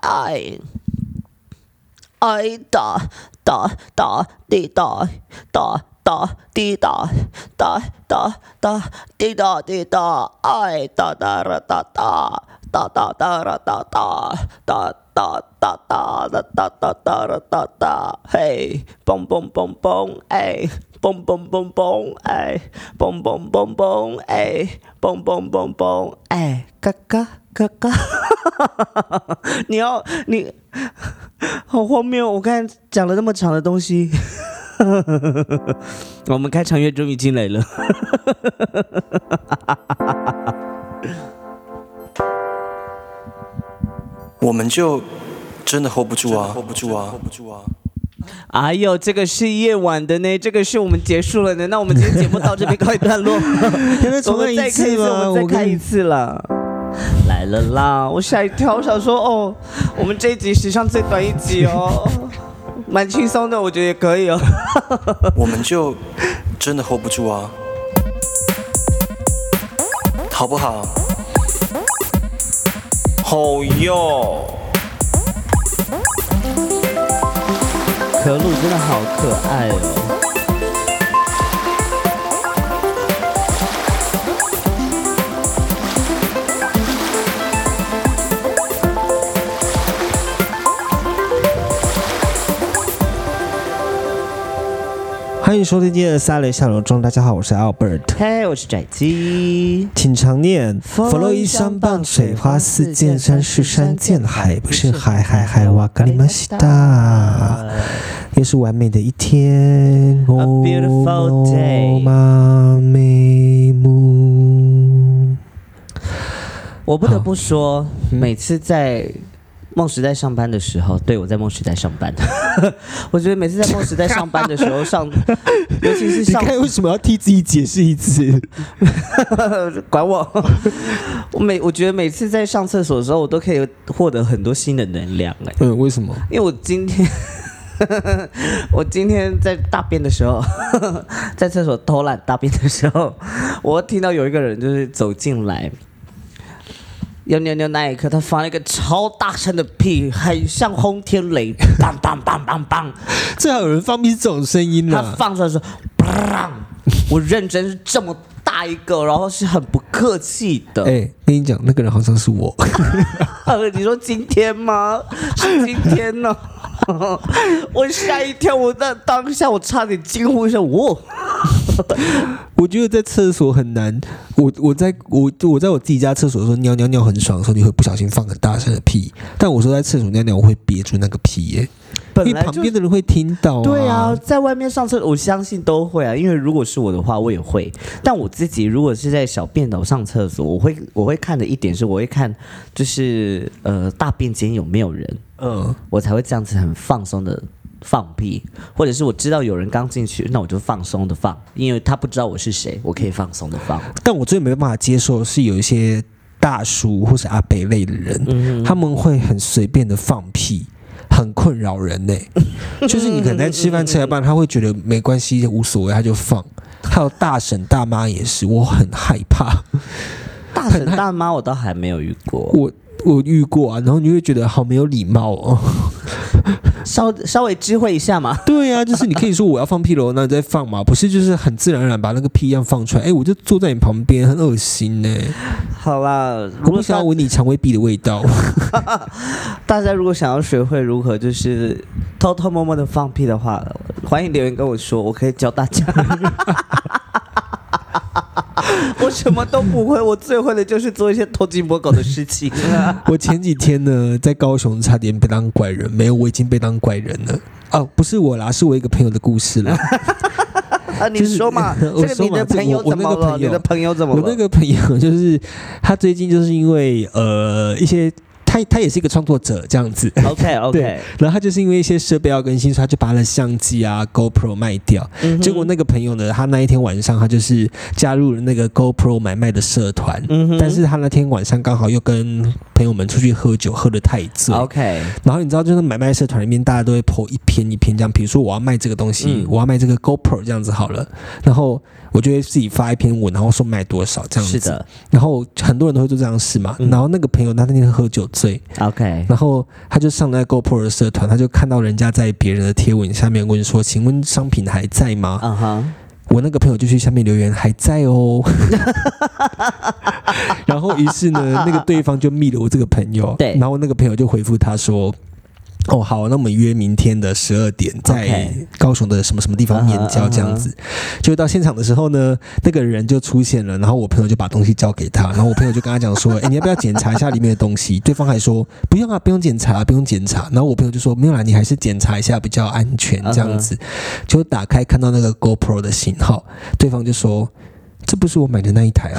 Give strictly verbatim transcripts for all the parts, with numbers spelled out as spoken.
爱爱哒哒哒滴哒哒哒滴哒哒哒哒滴哒滴哒，爱哒哒啦哒哒哒哒哒啦哒哒哒哒哒哒啦哒哒哒啦哒哒，嘿，嘣嘣嘣嘣，哎，嘣嘣嘣嘣，哎，嘣嘣嘣嘣，哎，嘣嘣嘣嘣，哎，嘎嘎嘎嘎，你要你好荒谬！我刚才讲了那么长的东西。我们开场乐终于进来了。 我们就真的 hold 不住啊 ，hold 不住啊 ，hold 不住啊！ 哎呦，这个是夜晚的呢，这个是我们结束了呢。那我们今天节目到这边告一段落， 现在重来一次吗？我们再开一次了。来了啦！我吓一跳，我想说哦，我们这一集史上最短一集哦。蛮轻松的，我觉得也可以哦。 我们就真的 hold 不住啊，好不好？好哟！ 可鲁真的好可爱哦。 欢迎收听今天的三雷下楼中，大家好，我是 Albert， 嘿，我是拽鸡， 请常念佛罗伊山傍水花似见山是山见海不是海海海哇咖喱玛西达，又是完美的一天 A beautiful day 妈美木。 我不得不说，每次在梦时代上班的时候，对，我在梦时代上班。我觉得每次在梦时代上班的时候上，尤其是上， 你看为什么要替自己解释一次？ 管我！我每我觉得每次在上厕所的时候，我都可以获得很多新的能量哎。 嗯，为什么？ 因为我今天，我今天在大便的时候，在厕所偷懒大便的时候，我听到有一个人就是走进来。要尿尿那一刻，他放了一个超大声的屁，很像轰天雷，梆梆梆梆梆。 最好有人放屁是这种声音啦。 他放出来说，砰！我认真是这么大一个，然后是很不客气的。 哎、欸，跟你讲，那个人好像是我。 你说今天吗？是今天呢？我吓一跳，我在当下我差点惊呼一声，我。 我觉得在厕所很难，我我在我我在我自己家厕所的时候尿尿尿很爽的时候，你会不小心放很大声的屁，但我说在厕所尿尿，我会憋住那个屁耶、欸，因为旁边的人会听到、啊。 对啊，在外面上厕所，我相信都会啊，因为如果是我的话，我也会。但我自己如果是在小便斗上厕所，我会我会看的一点是，我会看就是呃大便间有没有人，嗯，我才会这样子很放松的。放屁，或者是我知道有人刚进去，那我就放松的放，因为他不知道我是谁，我可以放松的放。 但我最没办法接受的是有一些大叔或是阿伯类的人，嗯、他们会很随便的放屁，很困扰人呢、欸。就是你可能在吃饭吃一半，他会觉得没关系，无所谓，他就放。还有大婶大妈也是，我很害怕。 大婶大妈我倒还没有遇过。 我我遇过啊，然后你会觉得好没有礼貌哦。 稍稍微知会一下嘛。 对啊，就是你可以说我要放屁喽，那你再放嘛，不是就是很自然而然把那个屁一样放出来。哎，我就坐在你旁边，很恶心呢、欸。 好啦， 我不想要闻你肠胃壁的味道。 大家如果想要学会如何就是偷偷摸摸的放屁的话，欢迎留言跟我说，我可以教大家。我什么都不会，我最会的就是做一些偷鸡摸狗的事情、啊。 我前几天呢，在高雄差点被当怪人，没有，我已经被当怪人了。哦，不是我啦，是我一个朋友的故事啦。 啊，你说嘛，就是、这个你的朋友怎么了？你的朋友怎么了？ 我那个朋友就是他最近就是因为呃一些。他他也是一个创作者这样子 ，OK OK， 然后他就是因为一些设备要更新，所以他就把他的相机啊 GoPro 卖掉。嗯、结果那个朋友呢，他那一天晚上他就是加入了那个 GoPro 买卖的社团，嗯、但是他那天晚上刚好又跟朋友们出去喝酒，喝得太醉 ，OK。 然后你知道，就是买卖社团里面大家都会 po 一篇一篇这样，比如说我要卖这个东西，嗯、我要卖这个 GoPro 这样子好了，然后我就会自己发一篇文，然后说卖多少这样子。 是的。 然后很多人都会做这样的事嘛。嗯、然后那个朋友他那天喝酒醉。 岁 OK， 然后他就上那 GoPro 的社团，他就看到人家在别人的贴文下面问说：“请问商品还在吗？” 嗯哼。 我那个朋友就去下面留言还在哦，然后于是呢，那个对方就密了我这个朋友， 对， 然后那个朋友就回复他说。哦，好，那我们约明天的十二点，在高雄的什么什么地方面交这样子。Okay. 就到现场的时候呢，那个人就出现了，然后我朋友就把东西交给他，然后我朋友就跟他讲说：“哎、欸，你要不要检查一下里面的东西？”对方还说：“不用啊，不用检查，不用检查。”然后我朋友就说：“没有啦，你还是检查一下比较安全这样子。”就打开看到那个 GoPro 的型号，对方就说：“这不是我买的那一台啊。”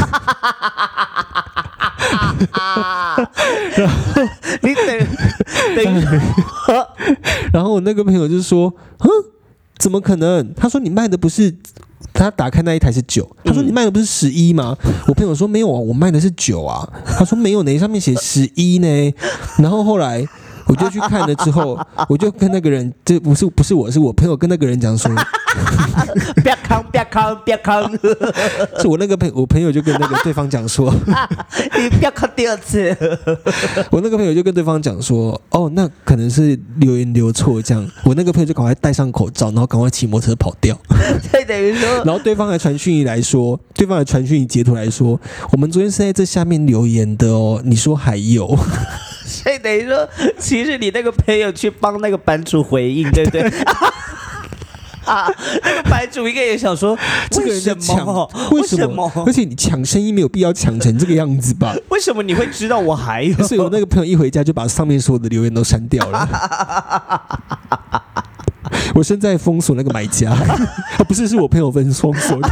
然后你等等一下， 然后我那个朋友就说：“哼，怎么可能？”他说：“你卖的不是……他打开那一台是九，他说你卖的不是十一吗？”我朋友说：“没有啊，我卖的是九啊。”他说：“没有呢，上面写十一呢。”然后后来我就去看了之后，我就跟那个人，这不是不是我是我朋友跟那个人讲说。 不要扛，不要扛，不要扛！ 是我那个朋友，我朋友就跟那个对方讲说， 你不要扛第二次。 我那个朋友就跟对方讲说，哦，那可能是留言留错这样。我那个朋友就赶快戴上口罩，然后赶快骑摩托车跑掉。 所以等于说， 然后对方还传讯息来说，对方还传讯息截图来说，我们昨天是在这下面留言的哦。你说还有？ 所以等于说，其实你那个朋友去帮那个版主回应，对不对？啊，那个版主应该也想说， 这个人在抢， 为什么？ 而且你抢生意没有必要抢成这个样子吧？ 为什么你会知道我还有？ 所以我那个朋友一回家就把上面所有的留言都删掉了。我现在封锁那个买家，啊、不是，是我朋友封锁的。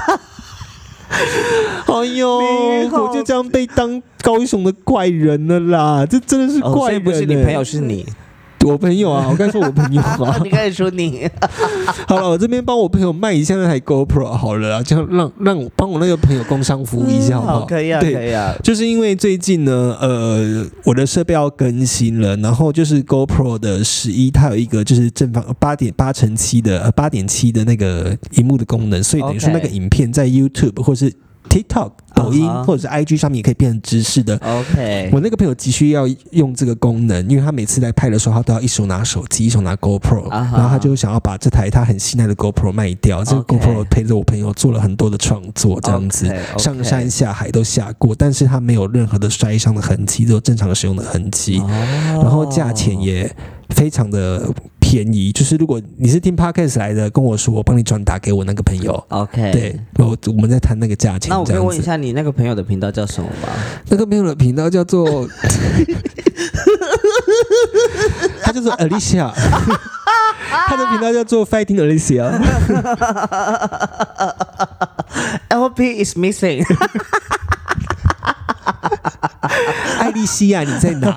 哎呦，我就这样被当高雄的怪人了啦！这真的是怪人、欸哦， 所以不是你朋友，是你。 我朋友啊，我刚才说我朋友啊， 你刚才说你。 好了，我这边帮我朋友卖一下那台 GoPro 好了啦，这样让让我帮我那个朋友工商服务一下好不好？ 好，可以啊， 对可以啊。 就是因为最近呢，呃，我的设备要更新了，然后就是 GoPro 的十一，它有一个就是正方八点八乘七的呃八点七的那个萤幕的功能，所以等于说那个影片在 YouTube 或是TikTok、抖音、uh-huh. 或者是 I G 上面也可以变成直视的。 OK， 我那个朋友急需要用这个功能，因为他每次在拍的时候，他都要一手拿手机，一手拿 GoPro，、uh-huh. 然后他就想要把这台他很信赖的 GoPro 卖掉。这个 GoPro 陪着我朋友做了很多的创作，这样子 okay, okay. 上山下海都下过，但是他没有任何的摔伤的痕迹，只有正常的使用的痕迹。Oh. 然后价钱也非常的便宜，就是如果你是听 Podcast 来的，跟我说，我帮你转达给我那个朋友。 OK， 对，我我们在谈那个价钱。 那我可以问一下，你那个朋友的频道叫什么吗？ 那个朋友的频道叫做，他叫做 Alicia， 他的频道叫做 Fighting Alicia。L P is missing。 艾莉西亚，你在哪？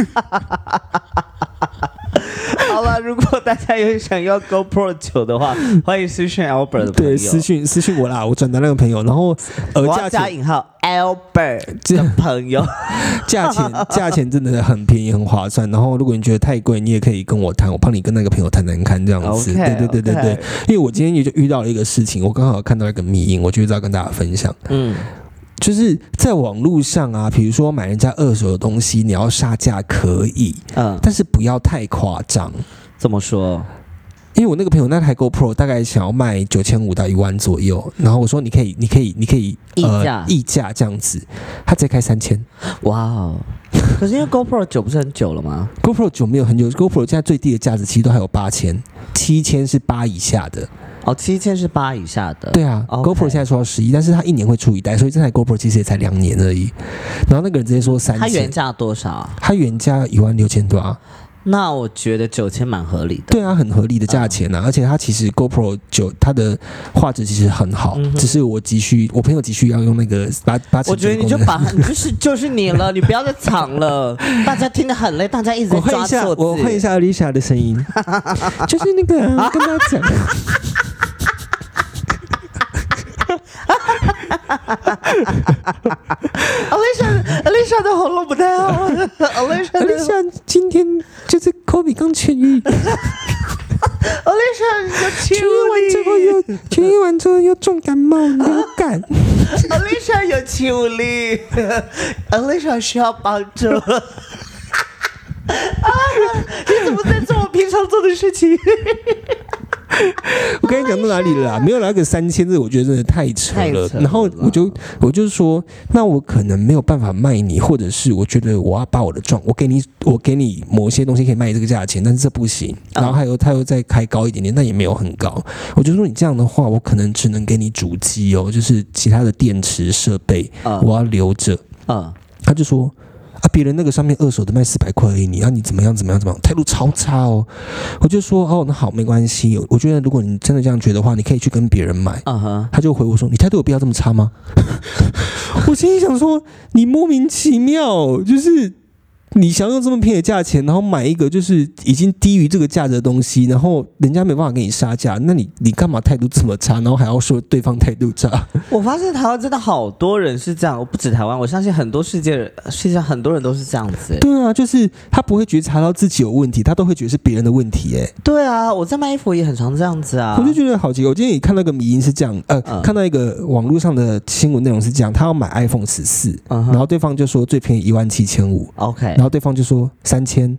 好了，如果大家有想要 GoPro 九的话，欢迎私讯 Albert 的朋友。 对，私讯私讯我啦，我转达那个朋友，然后呃，我要加引号 Albert 的朋友， 价钱价钱真的很便宜，很划算。然后如果你觉得太贵，你也可以跟我谈，我帮你跟那个朋友谈谈看，这样子。 Okay, 对对对对对， okay. 因为我今天也就遇到了一个事情，我刚好看到一个迷因，我就要跟大家分享。嗯。就是在网络上啊，比如说买人家二手的东西，你要杀价可以，嗯，但是不要太夸张。 怎么说？ 因为我那个朋友那台 GoPro 大概想要卖九千五到一万左右，然后我说你可以，你可以，你可以议价、 呃、议价这样子，他直接开三千。 哇哦！可是因为 GoPro 九不是很久了吗 ？GoPro 九没有很久 ，GoPro 现在最低的价值其实都还有八千，七千是八以下的。 哦，七千是八以下的。 对啊、okay. ，GoPro 现在说到十一，但是它一年会出一代，所以这台 GoPro 其实也才两年而已。然后那个人直接说三千， 它原价多少？ 它原价一万六千多啊。 那我觉得九千蛮合理的。 对啊，很合理的价钱啊、嗯，而且它其实 GoPro 九它的画质其实很好，嗯、只是我急需，我朋友急需要用那个八八成。 我觉得你就把你就是就是你了，你不要再藏了，大家听得很累，大家一直在抓错字。 我换一下 Alicia 的声音，就是那个、啊、跟他讲。 Alicia Alicia 的喉咙不太好。Alicia Alicia 今天就是 Kobe 刚痊愈。 Alicia 有痊愈完之后又痊愈完之后又重感冒流感。 Alicia 有气无力。Alicia 需要帮助。 你怎么在做我平常做的事情？ 我跟你讲到哪里了啦？没有来个三千，这我觉得真的太扯了。然后我就我就说，那我可能没有办法卖你，或者是我觉得我要把我的状，我给你我给你某些东西可以卖这个价钱，但是这不行。然后还有他又再开高一点点，但也没有很高。我就说你这样的话，我可能只能给你主机哦，就是其他的电池设备，我要留着。嗯，他就说。啊，别人那个上面二手的卖四百块而已，你啊你怎么样怎么样怎么样，态度超差哦。我就说哦，那好没关系，我觉得如果你真的这样觉得的话，你可以去跟别人买。Uh-huh. 他就回我说，你态度有必要这么差吗？我心里想说，你莫名其妙，就是你想用这么便宜的价钱，然后买一个就是已经低于这个价值的东西，然后人家没办法给你杀价，那你你干嘛态度这么差，然后还要说对方态度差？ 我发现台湾真的好多人是这样，不止台湾，我相信很多世界世界上很多人都是这样子。 对啊，就是他不会觉察到自己有问题，他都会觉得是别人的问题。哎，对啊，我在卖衣服也很常这样子啊。 我就觉得好奇怪，我今天也看到一个迷因是这样，呃，嗯、看到一个网络上的新闻内容是这样，他要买 iPhone 十四、嗯，然后对方就说最便宜一万七千五 ，OK， 然后对方就说三千，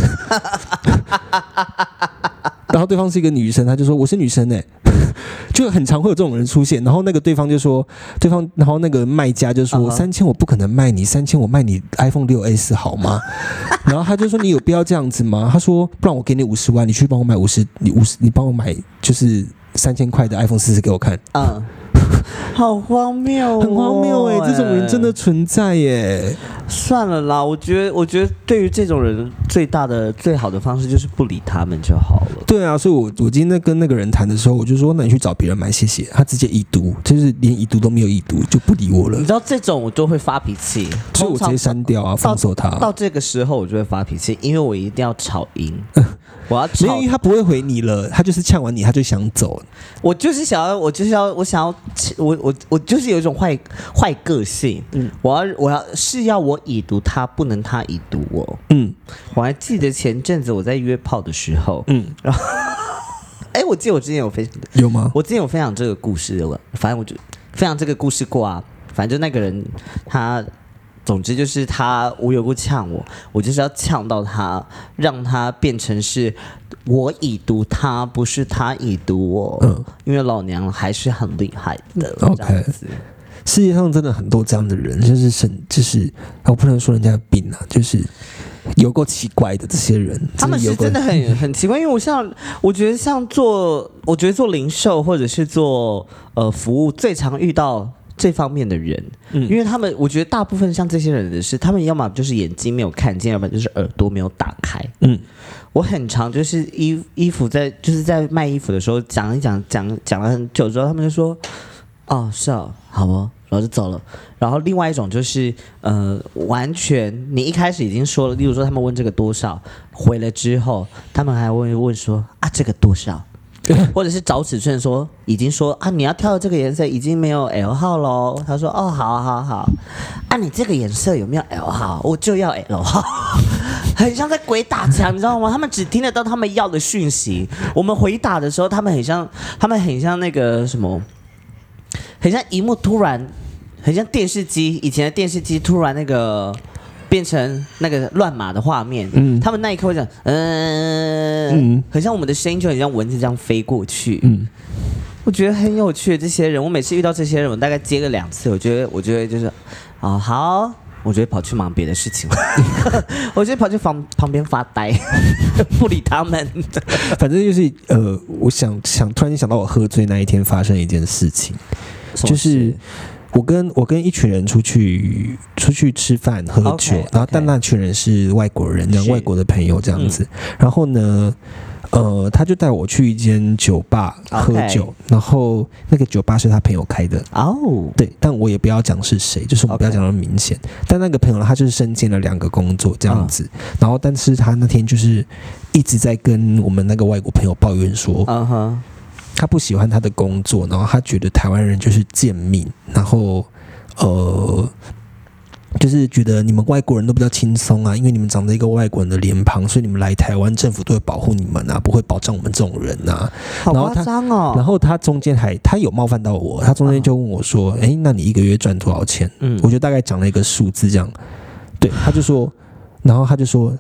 然后对方是一个女生，他就说我是女生哎、欸，就很常会有这种人出现。然后那个对方就说，对方，然后那个卖家就说三千、uh-huh. 我不可能卖你，三千我卖你 iPhone 六 S 好吗？然后他就说你有必要这样子吗？他说不然我给你五十万，你去帮我买五十，你五十，你帮我买就是三千块的 iPhone 四十给我看。嗯、uh.。 好荒谬、哦， 很荒谬哎、欸！这种人真的存在耶、欸。 算了啦，我觉得，我觉得对于这种人，最大的、最好的方式就是不理他们就好了。 对啊，所以我我今天在跟那个人谈的时候，我就说，那你去找别人买，谢谢。他直接已读，就是连已读都没有已读，就不理我了。 你知道这种我就会发脾气， 所以我直接删掉啊，封锁他。 到这个时候我就会发脾气，因为我一定要吵赢。我要吵， 没有，因为他不会回你了，他就是呛完你，他就想走。 我就是想要，我就是要，我想要，我我我就是有一种坏坏个性。嗯，我要我要是要我已读他，不能他已读我。嗯，我还记得前阵子我在约炮的时候，嗯，然后，哎，我记得我之前有分有吗？ 我之前有分享这个故事了，反正我就分享这个故事过啊，反正就那个人他。总之就是他无缘无故呛我，我就是要呛到他，让他变成是我已读他，不是他已读我。嗯，因为老娘还是很厉害的。OK， 世界上真的很多这样的人，就是神，就是我不能说人家有病啊，就是有够奇怪的这些人。 他们是真的很很奇怪，因为我像我觉得像做，我觉得做零售或者是做呃服务，最常遇到。这方面的人，嗯，因为他们，我觉得大部分像这些人的是，他们要么就是眼睛没有看见，要么就是耳朵没有打开，嗯，我很常就是衣衣服在就是在卖衣服的时候讲一讲讲讲了很久之后，他们就说，哦，是哦，好哦，然后就走了。然后另外一种就是呃，完全你一开始已经说了，例如说他们问这个多少，回了之后，他们还会问说啊，这个多少？或者是找尺寸说，已经说啊，你要挑的这个颜色已经没有 L 号喽。他说哦，好好好，啊，你这个颜色有没有 L 号？我就要 L 号，很像在鬼打墙，你知道吗？他们只听得到他们要的讯息，我们回答的时候，他们很像，他们很像那个什么，很像荧幕突然，很像电视机，以前的电视机突然那个。变成那个乱码的画面，嗯，他们那一刻会讲，嗯、呃，嗯，很像我们的声音，就很像蚊子这样飞过去，嗯，我觉得很有趣。这些人，我每次遇到这些人，我大概接了两次，我觉得，我觉得就是，啊、哦，好，我觉得跑去忙别的事情，我觉得跑去旁旁边发呆，不理他们。 反正就是，呃，我想想，突然间想到我喝醉那一天发生一件事情，就是。我跟我跟一群人出去出去吃饭喝酒， okay, 然后但那群人是外国人，这样外国的朋友这样子。嗯、然后呢，呃，他就带我去一间酒吧喝酒， okay. 然后那个酒吧是他朋友开的。哦，对，但我也不要讲是谁，就是我们不要讲那么明显。Okay. 但那个朋友他就是身兼了两个工作这样子，嗯、然后但是他那天就是一直在跟我们那个外国朋友抱怨说。嗯哼。他不喜欢他的工作，然后他觉得台湾人就是贱命，然后呃，就是觉得你们外国人都比较轻松啊，因为你们长着一个外国人的脸庞，所以你们来台湾政府都会保护你们啊，不会保障我们这种人啊。 好夸张哦！ 然后他中间还他有冒犯到我，他中间就问我说：“哎、嗯，那你一个月赚多少钱？”嗯，我就大概讲了一个数字这样，对，他就说，然后他就说。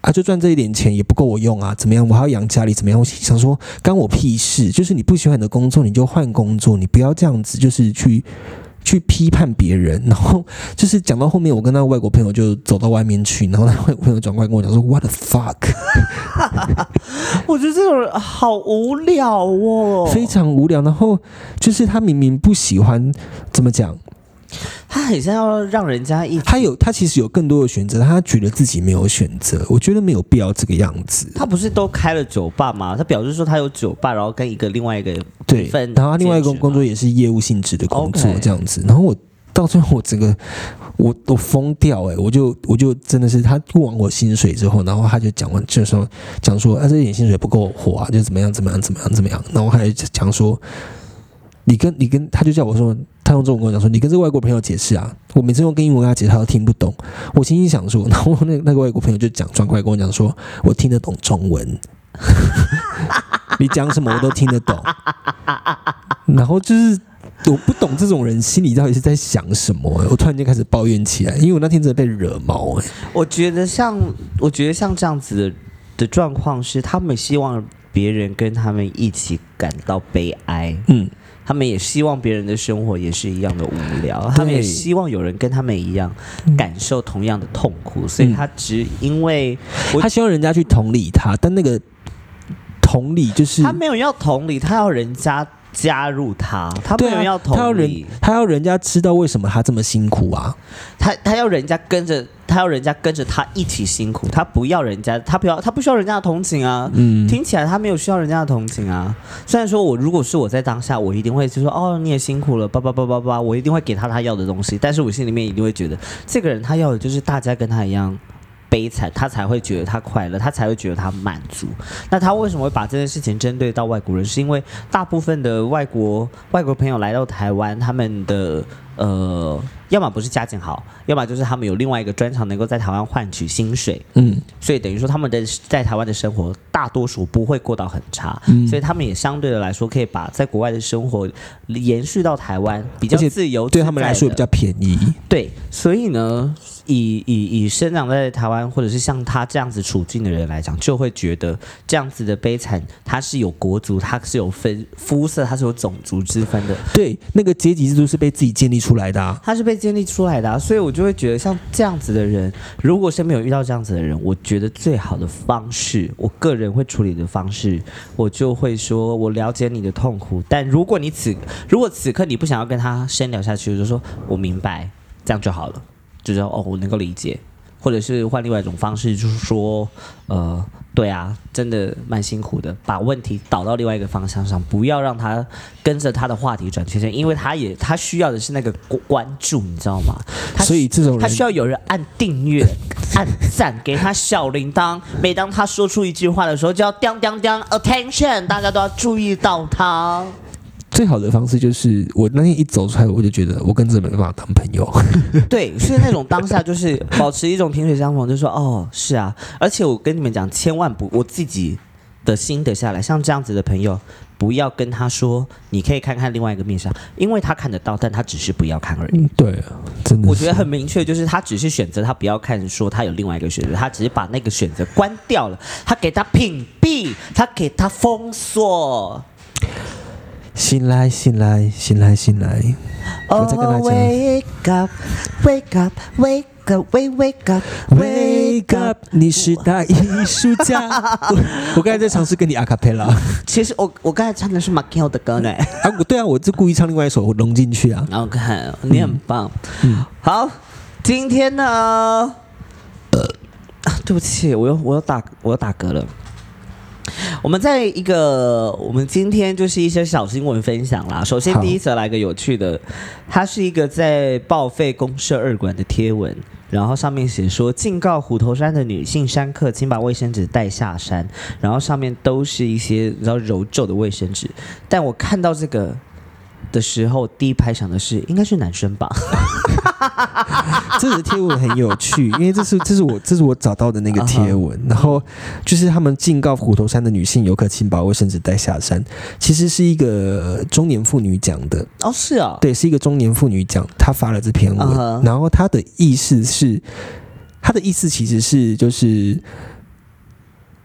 啊，就赚这一点钱也不够我用啊，怎么样？我还要养家里，怎么样？我想说，干我屁事！就是你不喜欢你的工作，你就换工作，你不要这样子，就是去去批判别人。然后就是讲到后面，我跟那个外国朋友就走到外面去，然后那个外国朋友转过来跟我讲说 ：“What the fuck？” 我觉得这种人好无聊哦， 非常无聊。然后就是他明明不喜欢，怎么讲？ 他很像要让人家一， 他有他其实有更多的选择，他觉得自己没有选择，我觉得没有必要这个样子。 他不是都开了酒吧吗？他表示说他有酒吧，然后跟一个另外一个对，然后他另外一个工作也是业务性质的工作这样子。然后我到最后我整个我我疯掉哎、欸，我就我就真的是他不完我薪水之后，然后他就讲完就说讲说啊这一点薪水不够活啊，就怎么样怎么样怎么样怎么样，然后还讲说。你跟你跟他就叫我说，他用中文跟我讲说，你跟这个外国朋友解释啊。我每次用跟英文跟他解释，他都听不懂。我心里想说，然后那那个外国朋友就讲转过来跟我讲说，我听得懂中文，你讲什么我都听得懂。然后就是我不懂这种人心里到底是在想什么、欸，我突然间开始抱怨起来，因为我那天真的被惹毛、欸。 我觉得像我觉得像这样子的的状况是，他们希望别人跟他们一起感到悲哀。嗯。他们也希望别人的生活也是一样的无聊，他们也希望有人跟他们一样感受同样的痛苦，所以他只因为他希望人家去同理他，但那个同理就是他没有要同理，他要人家加入他，他没有要同理， 他要人他要人家知道为什么他这么辛苦啊， 他他要人家跟着。他要人家跟着他一起辛苦，他不要人家，他不要，他不需要人家的同情啊。嗯，听起来他没有需要人家的同情啊。虽然说我如果是我在当下，我一定会就说哦，你也辛苦了，叭叭叭叭叭，我一定会给他他要的东西。但是我心里面一定会觉得，这个人他要的就是大家跟他一样悲惨，他才会觉得他快乐，他才会觉得他满足。那他为什么会把这件事情针对到外国人？是因为大部分的外国外国朋友来到台湾，他们的呃。要么不是家境好，要么就是他们有另外一个专长，能够在台湾换取薪水。嗯，所以等于说他们的在台湾的生活，大多数不会过到很差。嗯，所以他们也相对的来说，可以把在国外的生活延续到台湾，比较自由自在的， 对他们来说比较便宜。 对，所以呢，以以以生长在台湾或者是像他这样子处境的人来讲，就会觉得这样子的悲惨，他是有国族，他是有分肤色，他是有种族之分的。 对，那个阶级制度是被自己建立出来的啊， 他是被建立出来的、啊，所以我就会觉得像这样子的人，如果身边有遇到这样子的人，我觉得最好的方式，我个人会处理的方式，我就会说，我了解你的痛苦，但如果你此如果此刻你不想要跟他深聊下去，我就说我明白，这样就好了，就是哦，我能够理解，或者是换另外一种方式，就是说，呃。对啊，真的蛮辛苦的，把问题导到另外一个方向上，不要让他跟着他的话题转圈圈，因为他也他需要的是那个关注，你知道吗？ 所以这种人他需要有人按订阅、按赞，给他小铃铛，每当他说出一句话的时候，就要叮叮叮 attention， 大家都要注意到他。 最好的方式就是我那天一走出来，我就觉得我跟这没办法当朋友。 对，所以那种当下就是保持一种萍水相逢，就说哦，是啊。而且我跟你们讲，千万不，我自己的心得下来，像这样子的朋友，不要跟他说，你可以看看另外一个面相，因为他看得到，但他只是不要看而已。 嗯、对啊，真的， 我觉得很明确，就是他只是选择他不要看，说他有另外一个选择，他只是把那个选择关掉了，他给他屏蔽，他给他封锁。 醒来，醒来，醒来，醒来！我再跟他讲。 Wake up, wake up, wake up, wake up, wake up！ 你是大艺术家。我, 我刚才在尝试跟你阿卡贝拉。 其实我我刚才唱的是 Michael 的歌呢。 啊，对啊，我就故意唱另外一首融进去啊。 然后看你很棒。嗯，好，今天呢，呃，啊，对不起，我又我又打我又打嗝了。我们在一个，我们今天就是一些小新闻分享啦。首先第一则来个有趣的，它是一个在报废公社二馆的贴文，然后上面写说警告虎头山的女性山客，请把卫生纸带下山，然后上面都是一些你知道揉皱的卫生纸。但我看到这个的时候，第一排想的是应该是男生吧。 这个贴文很有趣，因为这是这是我这是我找到的那个贴文， uh-huh. 然后就是他们警告虎头山的女性游客，请把卫生纸带下山。其实是一个中年妇女讲的哦，是啊， 对，是一个中年妇女讲，她发了这篇文， uh-huh. 然后她的意思是，她的意思其实是就是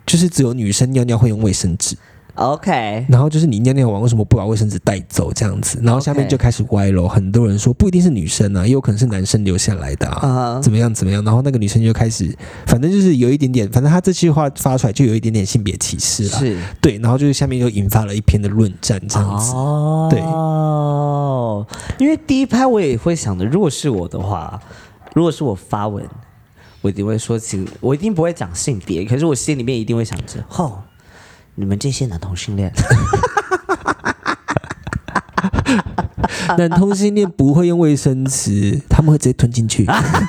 就是只有女生尿尿会用卫生纸。 OK， 然后就是你尿尿完为什么不把卫生纸带走这样子？然后下面就开始歪楼，很多人说不一定是女生啊，也有可能是男生留下来的啊， uh-huh. 怎么样怎么样？然后那个女生就开始，反正就是有一点点，反正她这句话发出来就有一点点性别歧视啦， 是对，然后就是下面又引发了一篇的论战这样子， 哦， 对， 因为第一拍我也会想着，如果是我的话，如果是我发文，我一定会说起，我一定不会讲性别，可是我心里面一定会想着，哦。你们这些男同性恋， 男同性恋不会用卫生纸，他们会直接吞进去。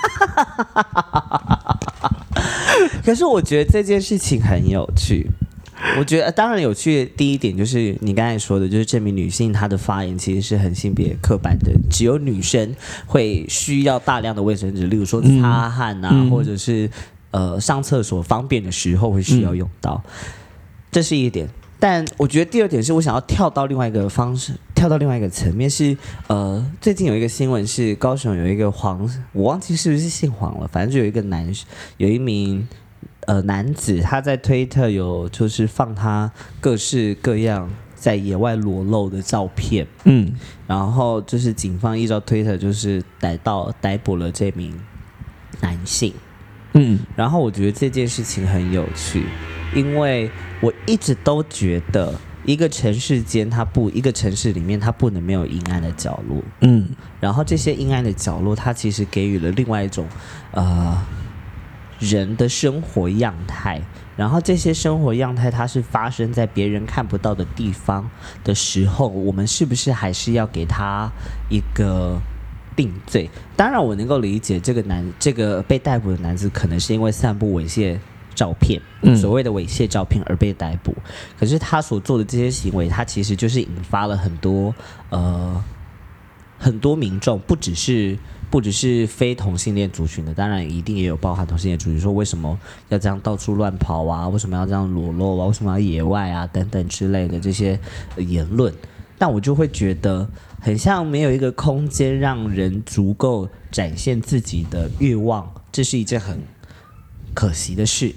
可是我觉得这件事情很有趣。我觉得当然有趣的第一点就是你刚才说的，就是证明女性她的发言其实是很性别刻板的，只有女生会需要大量的卫生纸，例如说擦汗啊，嗯、或者是呃上厕所方便的时候会需要用到。嗯，这是一点，但我觉得第二点是我想要跳到另外一个方式，跳到另外一个层面是，呃，最近有一个新闻是高雄有一个黄，我忘记是不是姓黄了，反正就有一个男，有一名呃男子他在推特有就是放他各式各样在野外裸露的照片，嗯，然后就是警方依照推特就是逮到逮捕了这名男性，嗯，然后我觉得这件事情很有趣。因为我一直都觉得，一个城市间它不，一个城市里面它不能没有阴暗的角落，嗯，然后这些阴暗的角落，它其实给予了另外一种呃人的生活样态，然后这些生活样态它是发生在别人看不到的地方的时候，我们是不是还是要给他一个定罪？当然，我能够理解这个男，这个被逮捕的男子可能是因为散布猥亵照片，所谓的猥亵照片而被逮捕，嗯，可是他所做的这些行为，他其实就是引发了很多呃很多民众，不只是不只是非同性恋族群的，当然一定也有包含同性恋族群，说为什么要这样到处乱跑啊，为什么要这样裸露啊，为什么要野外啊等等之类的这些言论，但我就会觉得很像没有一个空间让人足够展现自己的欲望，这是一件很可惜的事。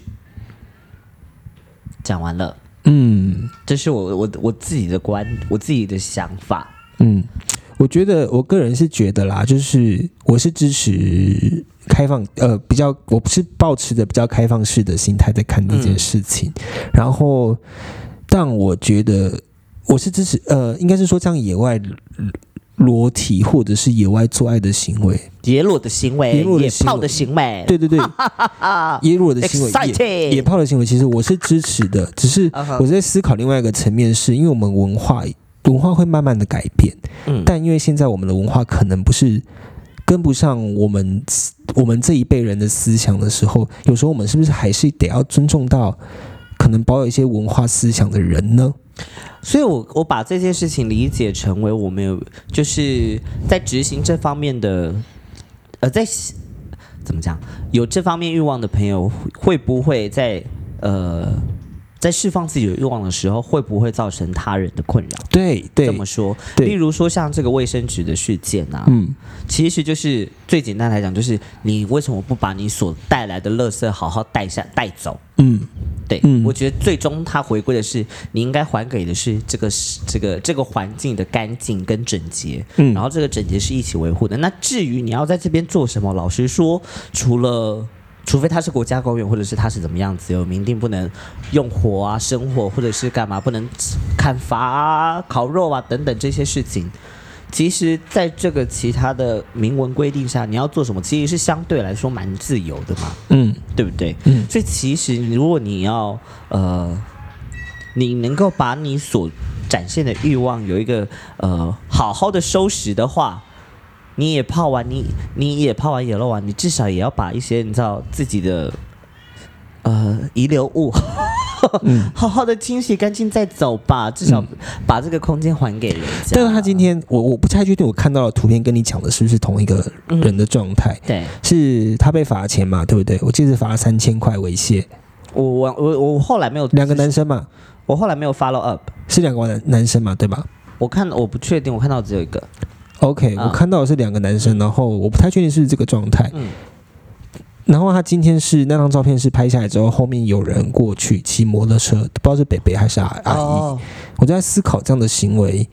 讲完了，嗯，这是我我我自己的观，我自己的想法， 嗯，我觉得我个人是觉得啦，就是我是支持开放，呃，比较我不是抱持着比较开放式的心态在看这件事情，嗯，然后，但我觉得我是支持，呃，应该是说这样野外裸体或者是野外做爱的行为， 野裸的行为， 野裸的行为， 野炮的行为， 对对对，野裸的行为，野, 野炮的行为，其实我是支持的，只是我在思考另外一个层面是，因为我们文化文化会慢慢的改变，嗯，但因为现在我们的文化可能不是跟不上我们我们这一辈人的思想的时候，有时候我们是不是还是得要尊重到可能保有一些文化思想的人呢？ 所以我，我把这件事情理解成为我们有就是在执行这方面的，呃，在怎么讲，有这方面欲望的朋友，会不会在呃在释放自己的欲望的时候，会不会造成他人的困扰？ 对对， 这么说，例如说像这个卫生纸的事件啊，嗯，其实就是最简单来讲，就是你为什么不把你所带来的垃圾好好带下带走？嗯。对，嗯，我觉得最终它回归的是，你应该还给的是这个这个这个环境的干净跟整洁，嗯，然后这个整洁是一起维护的。那至于你要在这边做什么，老实说，除了除非它是国家公园，或者是它是怎么样子，有明定不能用火啊、生火，或者是干嘛不能砍伐啊、烤肉啊等等这些事情。其实，在这个其他的明文规定下，你要做什么，其实是相对来说蛮自由的嘛，嗯，对不对？嗯，所以其实如果你要呃，你能够把你所展现的欲望有一个呃好好的收拾的话，你也泡完你你也泡完野露完，你至少也要把一些你知道自己的呃遗留物。嗯，好好的清洗干净再走吧，至少把这个空间还给人家。 但是他今天，我我不太确定，我看到的图片跟你讲的是不是同一个人的状态？ 嗯，对， 是他被罚钱嘛，对不对？我记得罚了三千块猥亵。 我我我我后来没有两个男生嘛， 我后来没有 follow up， 是两个男男生嘛，对吧？ 我看我不确定，我看到只有一个。 OK，、嗯、我看到的是两个男生，然后我不太确定是这个状态。嗯。 然后他今天是那张照片是拍下来之后，后面有人过去骑摩托车，不知道是北北还是阿阿姨。哦、我就在思考这样的行为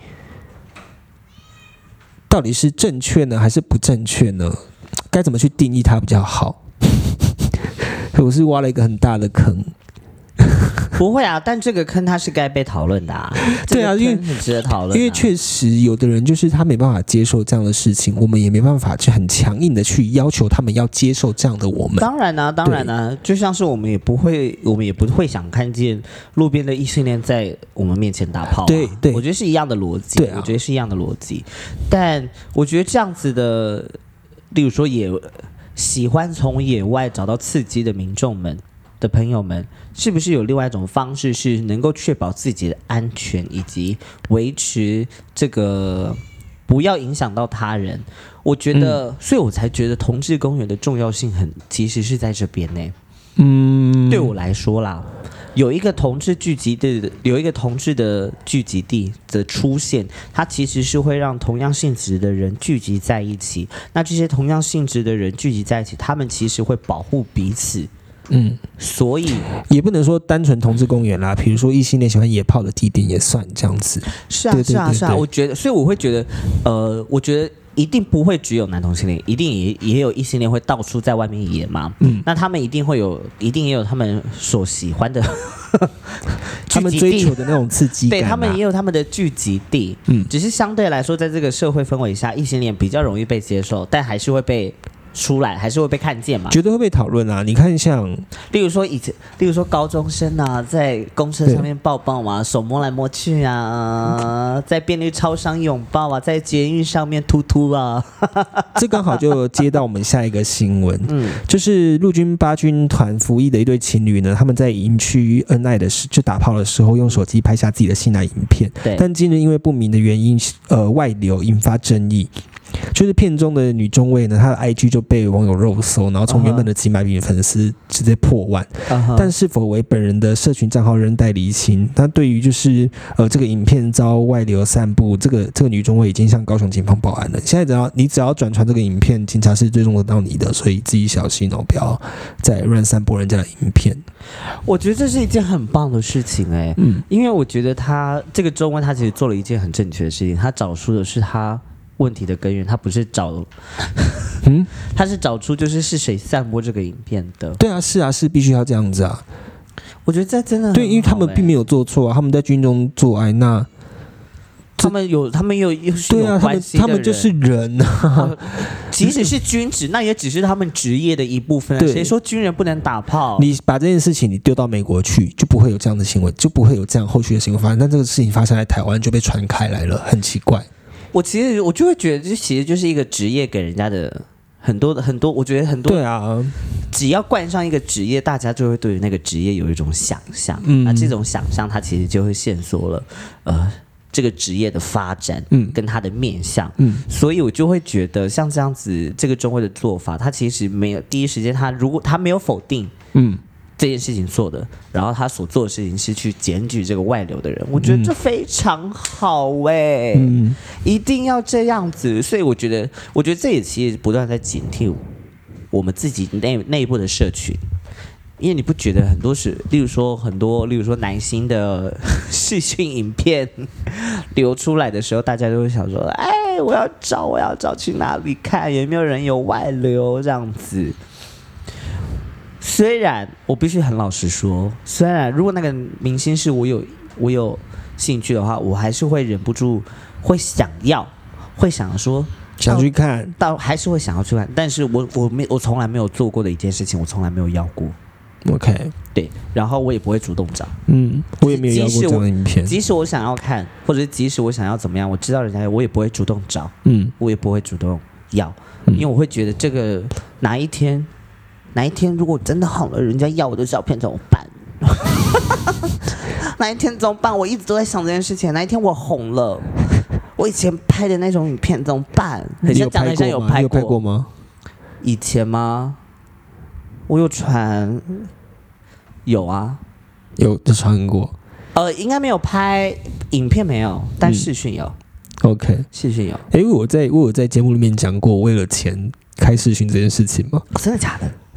到底是正确呢，还是不正确呢？该怎么去定义它比较好？我是挖了一个很大的坑。 不会啊，但这个坑它是该被讨论的啊。 对啊，因为很值得讨论、啊。 因为确实有的人就是他没办法接受这样的事情，我们也没办法去很强硬的去要求他们要接受这样的我们。 当然啊，当然啊，就像是我们也不会，我们也不会想看见路边的异性恋在我们面前打炮、啊。 对对， 我觉得是一样的逻辑。 对、啊， 我觉得是一样的逻辑。但我觉得这样子的，例如说也喜欢从野外找到刺激的民众们。的朋友们，是不是有另外一种方式是能够确保自己的安全，以及维持这个不要影响到他人？我觉得，嗯、所以我才觉得同志公园的重要性很，其实是在这边呢。嗯，对我来说啦，有一个同志聚集的，有一个同志的聚集地的出现，它其实是会让同样性质的人聚集在一起。那这些同样性质的人聚集在一起，他们其实会保护彼此。嗯，所以也不能说单纯同志公园啦，比如说异性恋喜欢野炮的地点也算这样子。 是啊，是啊，是啊，我觉得，所以我会觉得，呃，我觉得一定不会只有男同性恋，一定也也有异性恋会到处在外面野嘛。嗯，那他们一定会有，一定也有他们所喜欢的他们追求的那种刺激感、啊， 对他们也有他们的聚集地。嗯，只是相对来说，在这个社会氛围下，异性恋比较容易被接受，但还是会被。出来还是会被看见嘛？ 绝对会被讨论啊！你看像， 例如说以前，例如说高中生啊，在公车上面抱抱嘛，手摸来摸去啊，在便利超商拥抱啊，在捷运上面突突啊。 这刚好就接到我们下一个新闻，嗯，就是陆军八军团服役的一对情侣呢，他们在营区恩爱的时，就打炮的时候，用手机拍下自己的性爱影片， 对， 但近日因为不明的原因，呃，外流引发争议。就是片中的女中尉呢，她的 I G 就被网友肉搜，然后从原本的几百名粉丝直接破万。Uh-huh. 但是否为本人的社群账号仍待厘清。那对于就是呃这个影片遭外流散布，这个这个女中尉已经向高雄警方报案了。现在只要你只要转传这个影片，警察是追踪得到你的，所以自己小心哦，不要再乱散播人家的影片。 我觉得这是一件很棒的事情哎、欸，嗯，因为我觉得他这个中尉他其实做了一件很正确的事情，他找出的是他。问题的根源，他不是找，嗯，他是找出就是是谁散播这个影片的。 对啊，是啊，是必须要这样子啊。 我觉得这真的很好、欸、 对，因为他们并没有做错啊，他们在军中做爱，那他们有，他们有，又是有关系的人，对啊，他们他们就是人啊。 即使是军职，那也只是他们职业的一部分、啊。谁说军人不能打炮？ 你把这件事情你丢到美国去，就不会有这样的行为，就不会有这样后续的行为发生。但这个事情发生在台湾就被传开来了，很奇怪。 我其实我就会觉得，这其实就是一个职业给人家的很多的很多，我觉得很多对啊， 只要冠上一个职业，大家就会对于那个职业有一种想象，嗯，那这种想象它其实就会限缩了呃这个职业的发展，嗯，跟它的面向，嗯，所以我就会觉得像这样子这个中尉的做法，他其实没有第一时间他如果他没有否定，嗯。这件事情做的，然后他所做的事情是去检举这个外流的人，我觉得这非常好哎、欸嗯，一定要这样子。所以我觉得，我觉得这也其实不断在警惕我们自己内内部的社群，因为你不觉得很多是，例如说很多，例如说男星的视讯影片流出来的时候，大家都会想说，哎，我要找，我要找去哪里看，有没有人有外流这样子。虽然我必须很老实说，虽然如果那个明星是我有我有兴趣的话，我还是会忍不住会想要，会想说想去看， 到还是会想要去看。但是我我没我从来没有做过的一件事情，我从来没有要过。 OK， 对，然后我也不会主动找， 嗯，我也没有要过这样的影片。 即使我想要看，或者是即使我想要怎么样，我知道人家，我也不会主动找，嗯，我也不会主动要，嗯、因为我会觉得这个哪一天。哪一天如果真的红了，人家要我的照片怎么办？哪一天怎么办？我一直都在想这件事情。哪一天我红了，我以前拍的那种影片怎么办？ 你有拍过吗？有拍过, 有拍过吗？ 以前吗？我有传，有啊， 有就传过。 呃，应该没有拍影片，没有，但视讯有。 嗯、OK， 视讯有。 哎，我在我有在节目里面讲过，为了钱开视讯这件事情吗？ 哦、真的假的？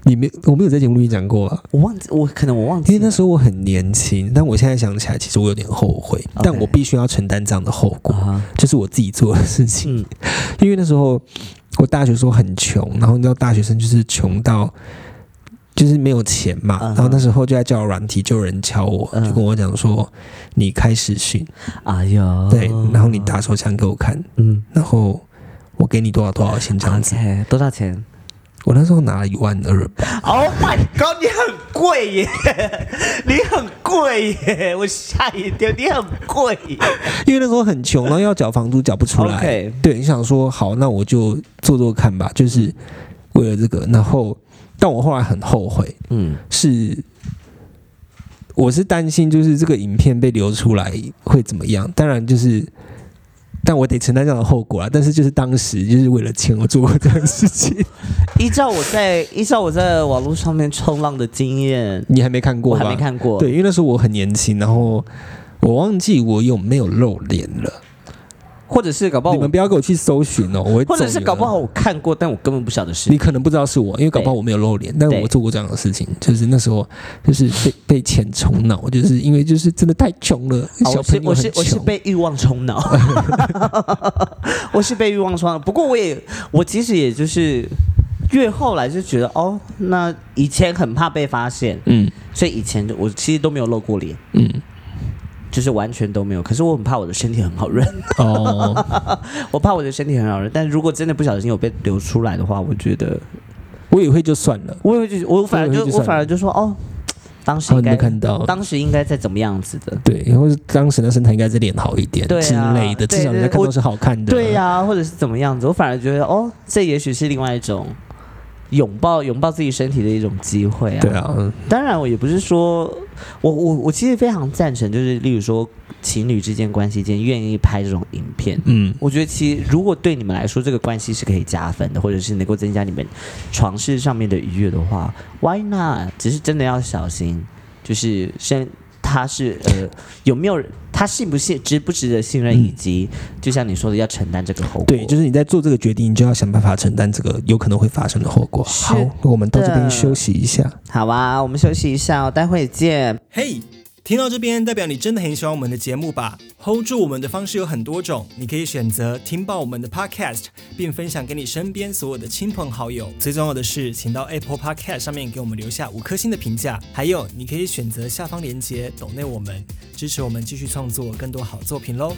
你没我没有在节目里讲过啊， 我忘记，我可能我忘记了， 因为那时候我很年轻，但我现在想起来，其实我有点后悔， Okay. 但我必须要承担这样的后果， uh-huh. 就是我自己做的事情。 嗯， 因为那时候我大学时候很穷，然后你知道大学生就是穷到就是没有钱嘛， uh-huh. 然后那时候就在交友软体，就有人敲我， uh-huh. 就跟我讲说你开视讯， 哎呦， 对，然后你打手枪给我看， 嗯， 然后我给你多少多少钱这样子。 Okay, 多少钱？ 我那时候拿了一万二吧。 Oh my god！ 你很贵耶，你很贵耶，我吓一跳，你很贵耶。 因为那时候很穷，然后要缴房租缴不出来。 Okay. 对，你想说好，那我就做做看吧，就是为了这个。然后，但我后来很后悔，嗯，是我是担心，就是这个影片被流出来会怎么样？当然就是。但我得承担这样的后果啊！但是就是当时就是为了钱，我做过这样的事情。 依照我在依照我在网络上面冲浪的经验， 你还没看过吧？ 我还没看过。 对，因为那时候我很年轻，然后我忘记我有没有露脸了。 或者是搞不好你们不要给我去搜寻哦，我会或者是搞不好我看过，但我根本不晓得是你可能不知道是我，因为搞不好我没有露脸，但我做过这样的事情，就是那时候就是被被钱冲脑，就是因为就是真的太穷了，小朋友我是我是我是被欲望冲脑，我是被欲望冲脑。不过我也我其实也就是越后来就觉得哦，那以前很怕被发现，嗯，所以以前我其实都没有露过脸，嗯。就是完全都没有，可是我很怕我的身体很好认哦，我怕我的身体很好认，但如果真的不小心有被流出来的话，我觉得我也会就算了， 我也会就我反而就我反而就说哦，当时应该、 哦、看到， 当时应该在怎么样子的， 对，或者当时的身材应该再练好一点、 对啊、 之类的，至少人家看到是好看的， 对呀、啊，或者是怎么样子，我反而觉得哦，这也许是另外一种。拥抱拥抱自己身体的一种机会啊！ 对啊，嗯、 当然我也不是说，我我我其实非常赞成，就是例如说情侣之间关系间愿意拍这种影片，嗯，我觉得其实如果对你们来说这个关系是可以加分的，或者是能够增加你们床事上面的愉悦的话 ，Why not？ 只是真的要小心，就是先他是呃有没有他信不信值不值得信任，以及、嗯、就像你说的要承担这个后果。 对，就是你在做这个决定，你就要想办法承担这个有可能会发生的后果。好，我们到这边休息一下。 好啊，我们休息一下、哦，待会见。 嘿、hey, 听到这边代表你真的很喜欢我们的节目吧？ hold 住我们的方式有很多种，你可以选择听爆我们的 podcast 并分享给你身边所有的亲朋好友，最重要的是请到 Apple Podcast 上面给我们留下五颗星的评价，还有你可以选择下方连结抖内我们，支持我们继续创作更多好作品咯。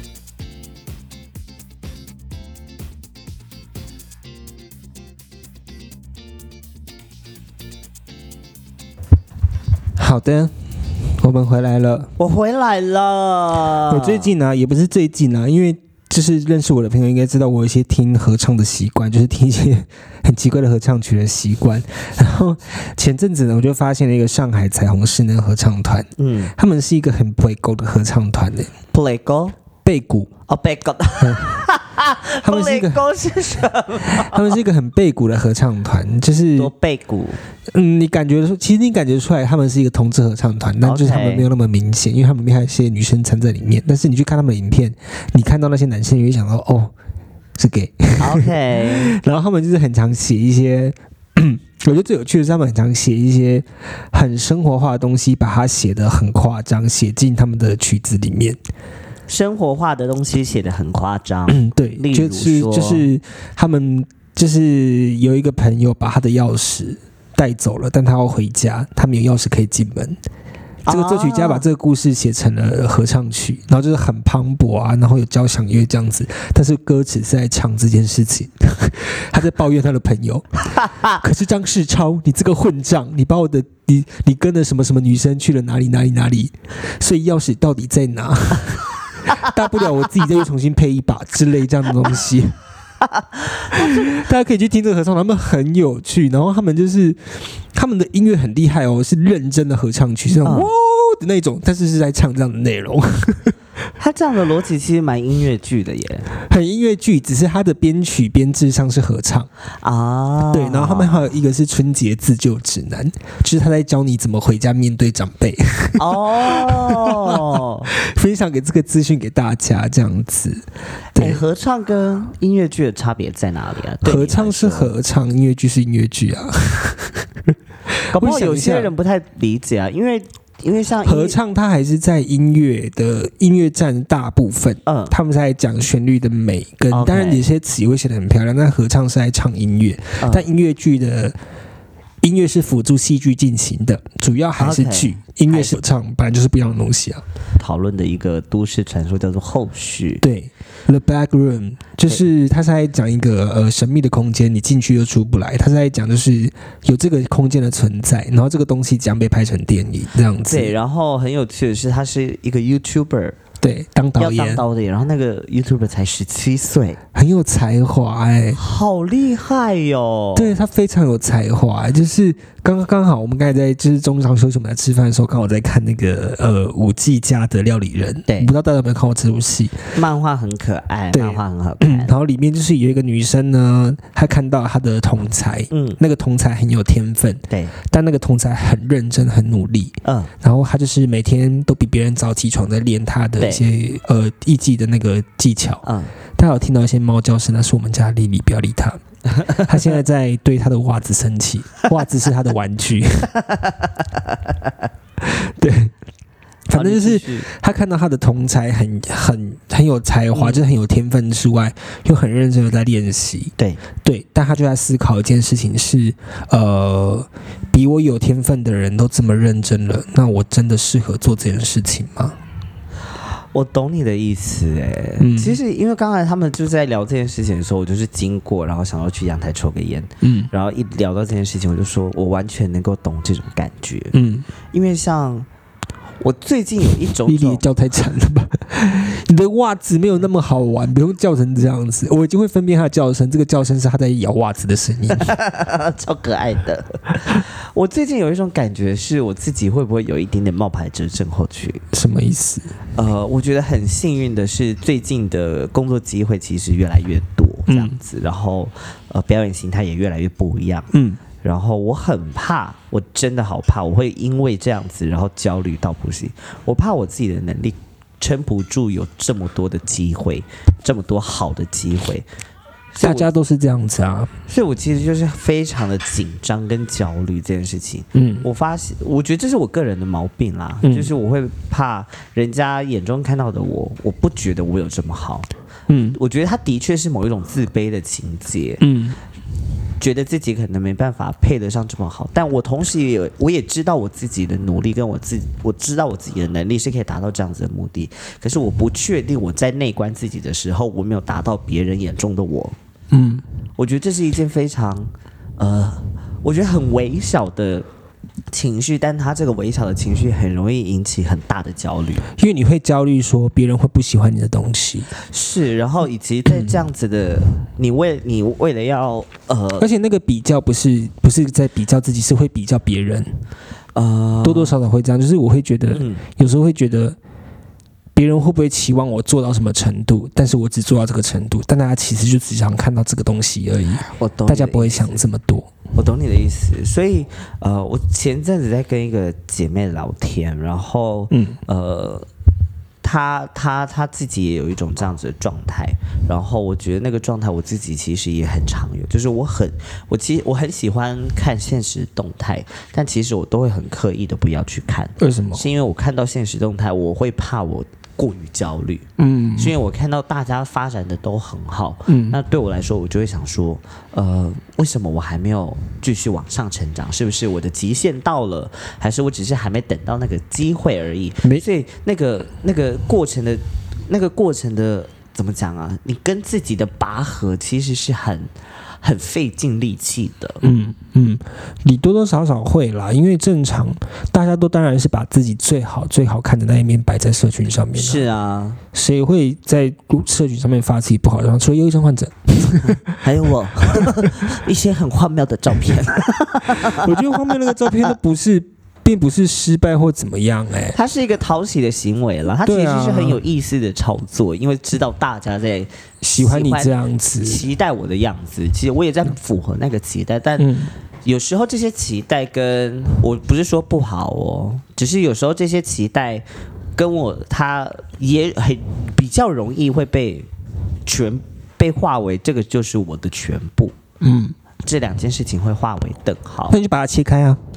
好的，我们回来了。 我回来了。 我最近啊，也不是最近啊，因为就是认识我的朋友应该知道我有一些听合唱的习惯，就是听一些很奇怪的合唱曲的习惯。然后前阵子呢，我就发现了一个上海彩虹室内合唱团，嗯，他们是一个很背鼓的合唱团的。 背鼓？ 背鼓？ 哦，背鼓。 他们是一个是什么？ 他们是一个很背鼓的合唱团，就是多背鼓。 嗯，你感觉说，其实你感觉出来他们是一个同志合唱团，但就是他们没有那么明显，因为他们里面还有一些女生掺在里面。但是你去看他们的影片，你看到那些男生，你会想到哦，是 gay。 OK。 然后他们就是很常写一些，我觉得最有趣的是他们很常写一些很生活化的东西，把它写得很夸张，写进他们的曲子里面。 生活化的东西写得很夸张， 嗯，对， 例如就是就是他们就是有一个朋友把他的钥匙带走了，但他要回家，他没有钥匙可以进门。这个作曲家把这个故事写成了合唱曲，然后就是很磅礴啊，然后有交响乐这样子，但是歌词是在唱这件事情，他在抱怨他的朋友。可是张世超，你这个混账，你把我的你你跟了什么什么女生去了哪里哪里哪里，所以钥匙到底在哪？大不了我自己再去重新配一把之类这样的东西。大家可以去听这个合唱，他们很有趣，然后他们就是他们的音乐很厉害哦，是认真的合唱曲，是那种、嗯、哇的那种，但是是在唱这样的内容。 他这样的逻辑其实蛮音乐剧的耶， 很音乐剧，只是他的编曲编制上是合唱啊。对，然后他们还有一个是春节自救指南，就是他在教你怎么回家面对长辈。哦，分享给这个资讯给大家，这样子。 对，欸、合唱跟音乐剧的差别在哪里啊？ 合唱是合唱，音乐剧是音乐剧啊。 搞不好有我想一下些人不太理解啊，因为因为像音乐合唱，它还是在音乐的音乐占大部分。 嗯他们是在讲旋律的美，跟 OK 当然有些词也会写得很漂亮，但合唱是在唱音乐， 嗯但音乐剧的音乐是辅助戏剧进行的，主要还是剧。 OK 音乐是合唱，本来就是不一样的东西啊。 讨论的一个都市传说叫做后续。 对 ，The Back Room 就是他是在讲一个呃神秘的空间，你进去又出不来。他是在讲就是有这个空间的存在，然后这个东西将被拍成电影这样子。 对，然后很有趣的是，他是一个 YouTuber， 对，当导要当演导演，然后那个 YouTuber 才十七岁， 很有才华哎、 好厉害哟、 对他非常有才华，就是刚刚刚好我们刚才在就是中场休息我们在吃饭的时候，刚好在看那个呃五 G 家的料理人， 对不知道大家有没有看过这部戏？ 漫画很可爱， 对漫画很好嗯， 看。 然后里面就是有一个女生呢，她看到她的同才， 嗯， 那个同才很有天分， 对， 但那个同才很认真很努力， 嗯， 然后他就是每天都比别人早起床，在练他的一些呃艺伎的那个技巧。 嗯， 大家有听到一些猫叫声，那是我们家莉莉，不要理他。他现在在对他的袜子生气，袜子是他的玩具。对，反正就是他看到他的同才很很很有才华， 嗯就是很有天分之外，又很认真的在练习。 对对，但他就在思考一件事情是，呃，比我有天分的人都这么认真了，那我真的适合做这件事情吗？ 我懂你的意思哎、 嗯其实因为刚才他们就在聊这件事情的时候，我就是经过，然后想要去阳台抽个烟， 嗯然后一聊到这件事情，我就说我完全能够懂这种感觉， 嗯， 因为像我最近有一种莉莉种叫太惨了吧？你的袜子没有那么好玩，不用叫成这样子。我已经会分辨它的叫声，这个叫声是它在咬袜子的声音。 超可爱的。我最近有一种感觉，是我自己会不会有一点点冒牌者症候群？ 什么意思？ 呃，我觉得很幸运的是，最近的工作机会其实越来越多，这样子，然后呃，表演形态也越来越不一样。 嗯， 然后我很怕，我真的好怕，我会因为这样子，然后焦虑到不行。我怕我自己的能力撑不住，有这么多的机会，这么多好的机会。所以大我家都是这样子啊。 所以我其实就是非常的紧张跟焦虑这件事情。 嗯我发现，我觉得这是我个人的毛病啦， 嗯就是我会怕人家眼中看到的我，我不觉得我有这么好。 嗯我觉得他的确是某一种自卑的情节， 嗯觉得自己可能没办法配得上这么好，但我同时也有，我也知道我自己的努力跟我自己，我知道我自己的能力是可以达到这样子的目的，可是我不确定我在内观自己的时候，我没有达到别人眼中的我。 嗯， 我觉得这是一件非常，呃，我觉得很微小的情绪，但他这个微小的情绪很容易引起很大的焦虑。 因为你会焦虑说别人会不喜欢你的东西， 是，然后以及在这样子的，你为你为了要呃而且那个比较不是不是在比较自己，是会比较别人， 呃多多少少会这样。就是我会觉得， 嗯有时候会觉得。别人会不会期望我做到什么程度？但是我只做到这个程度，但大家其实就只想看到这个东西而已， 我懂， 大家不会想这么多。 我懂你的意思，所以呃，我前阵子在跟一个姐妹聊天，然后嗯呃，她她她自己也有一种这样子的状态，然后我觉得那个状态我自己其实也很常有，就是我很我其实我很喜欢看现实动态，但其实我都会很刻意的不要去看， 为什么？ 是因为我看到现实动态，我会怕我过于焦虑， 嗯是因为我看到大家发展的都很好， 嗯那对我来说，我就会想说，呃，为什么我还没有继续往上成长？是不是我的极限到了，还是我只是还没等到那个机会而已？ 没所以那个那个过程的，那个过程的怎么讲啊？你跟自己的拔河其实是很很费尽力气的。 嗯嗯，你多多少少会啦，因为正常大家都当然是把自己最好最好看的那一面摆在社群上面。 是啊， 谁会在社群上面发自己不好的地方？除了忧郁症患者， 还有我一些很荒谬的照片。 我觉得后面那个照片都不是，并不是失败或怎么样、欸，哎， 它是一个讨喜的行为了，它其实对啊是很有意思的操作，因为知道大家在喜欢你这样子， 期待我的样子，其实我也在符合那个期待，但嗯有时候这些期待跟我不是说不好哦，只是有时候这些期待跟我他也很比较容易会被全被化为这个就是我的全部， 嗯， 这两件事情会化为等号那。你就把它切开啊。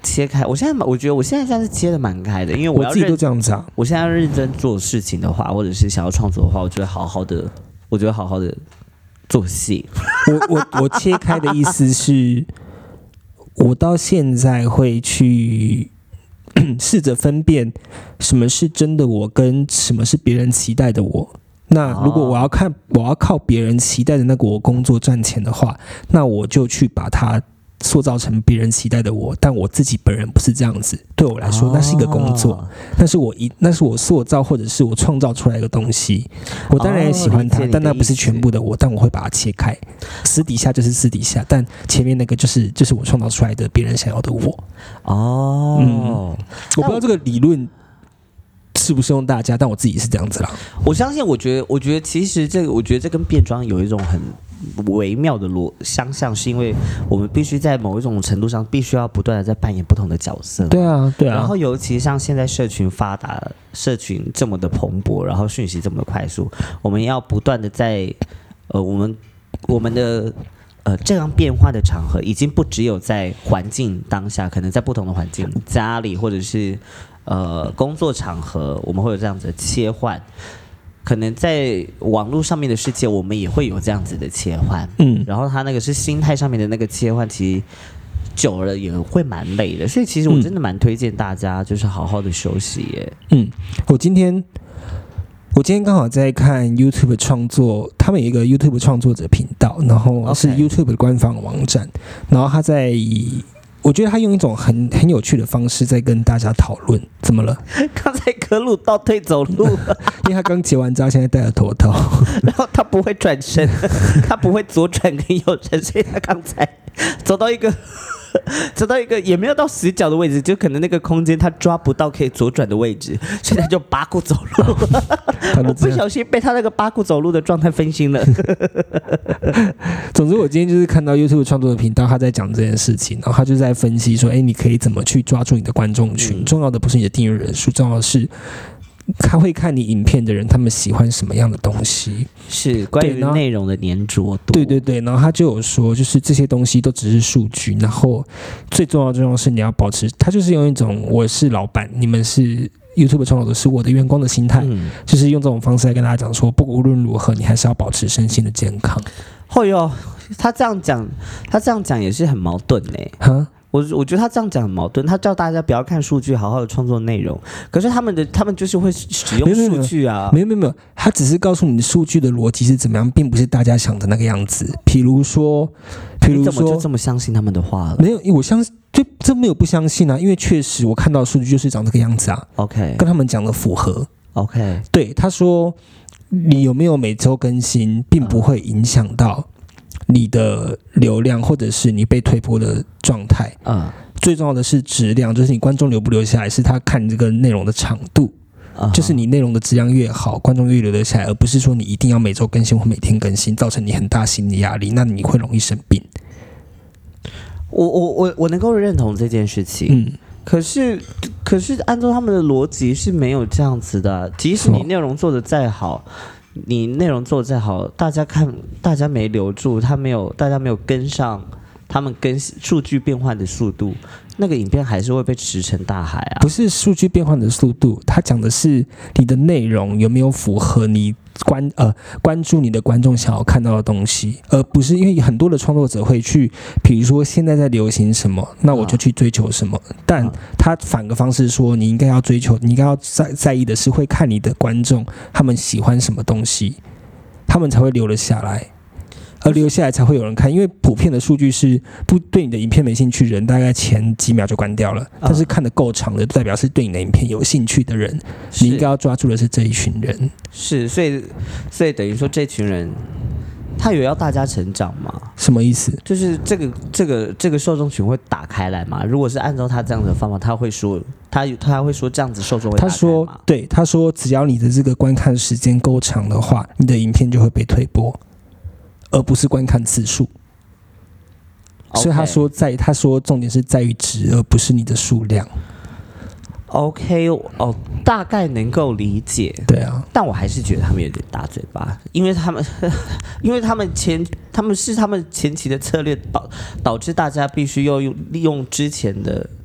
切开，我现在我觉得我现在算是切的蛮开的，因为我要我自己都这样子啊。 我现在要认真做事情的话，或者是想要创作的话，我觉得好好的，我觉得好好的做戏。 我我我切开的意思是，我到现在会去试着分辨什么是真的我，跟什么是别人期待的我。那如果我要看，我要靠别人期待的那个我工作赚钱的话，那我就去把它塑造成别人期待的我，但我自己本人不是这样子。对我来说，那是一个工作，那是我一，那是我塑造或者是我创造出来的东西。我当然也喜欢它，但那不是全部的我，但我会把它切开。私底下就是私底下，但前面那个就是就是我创造出来的别人想要的我。 哦， 嗯，我不知道这个理论适不适用大家，但我自己是这样子啦。 我相信，我觉得，我觉得其实这个，我觉得这跟变装有一种很微妙的逻相像，是因为我们必须在某一种程度上，必须要不断的在扮演不同的角色。 对啊，对啊。 然后尤其像现在社群发达，社群这么的蓬勃，然后讯息这么的快速，我们要不断的在呃，我们我们的。呃，这样变化的场合已经不只有在环境当下，可能在不同的环境，家里或者是呃工作场合，我们会有这样子的切换。可能在网络上面的世界，我们也会有这样子的切换。嗯，然后他那个是心态上面的那个切换，其实久了也会蛮累的。所以其实我真的蛮推荐大家，就是好好的休息耶。 嗯，我今天。我今天刚好在看 YouTube 创作，他们有一个 YouTube 创作者频道，然后是 YouTube 的官方网站， okay. 然后他在，我觉得他用一种很很有趣的方式在跟大家讨论。怎么了？ 刚才可鲁倒退走路了， 因为他刚结完扎，现在戴了头套， 然后他不会转身，他不会左转跟右转，所以他刚才走到一个。走到一个也没有到死角的位置，就可能那个空间他抓不到可以左转的位置，所以他就八股走路。我不小心被他那个八股走路的状态分心了。 总之，我今天就是看到 YouTube 创作的频道，他在讲这件事情，然后他就在分析说：“哎，你可以怎么去抓住你的观众群？嗯、重要的不是你的订阅人数，重要的是。”他会看你影片的人，他们喜欢什么样的东西？ 是关于内容的粘着度。 对对对，然后他就有说，就是这些东西都只是数据，然后最重要的重要是你要保持，他就是用一种我是老板，你们是 YouTube 创作者，是我的员工的心态，嗯、就是用这种方式来跟大家讲说，不无论如何，你还是要保持身心的健康。 哦哟，他这样讲，他这样讲也是很矛盾嘞。 哈。 我我觉得他这样讲很矛盾，他叫大家不要看数据，好好的创作内容。可是他们的他们就是会使用数据啊， 没有没有没有，他只是告诉你数据的逻辑是怎么样，并不是大家想的那个样子。比如说，比如说， 你怎么就这么相信他们的话了？ 没有，我相信，就这没有不相信啊，因为确实我看到的数据就是长这个样子啊。 OK， 跟他们讲的符合。 OK， 对，他说你有没有每周更新，并不会影响到。你的流量或者是你被推播的状态，嗯，最重要的是质量，就是你观众留不留下来，是他看这个内容的长度，嗯、就是你内容的质量越好，观众越留得下来，而不是说你一定要每周更新或每天更新，造成你很大心理压力，那你会容易生病。 我我我我能够认同这件事情，嗯，可是可是按照他们的逻辑是没有这样子的、啊，即使你内容做得再好。你内容做得再好，大家看，大家没留住，他没有，大家没有跟上他们跟数据变换的速度，那个影片还是会被石沉大海啊！ 不是数据变换的速度，他讲的是你的内容有没有符合你关呃关注你的观众想要看到的东西，而不是因为很多的创作者会去，比如说现在在流行什么，那我就去追求什么。嗯、但他反个方式说，你应该要追求，你应该要在在意的是会看你的观众他们喜欢什么东西，他们才会留了下来。而留下来才会有人看，因为普遍的数据是不对你的影片没兴趣的人，大概前几秒就关掉了。但是看得够长的，代表是对你的影片有兴趣的人，你应该要抓住的是这一群人。 是，所以所以等于说这群人，他有要大家成长吗？ 什么意思？ 就是这个这个这个受众群会打开来吗？如果是按照他这样的方法，他会说他他会说这样子受众会打开吗？ 他说对，他说只要你的这个观看时间够长的话，你的影片就会被推播。而不是观看次数， okay. 所以他说在他说重点是在于值，而不是你的数量。 OK， 哦，大概能够理解。 对啊， 但我还是觉得他们有点大嘴巴，因为他们，因为他们前他们是他们前期的策略导导致大家必须要用利用之前的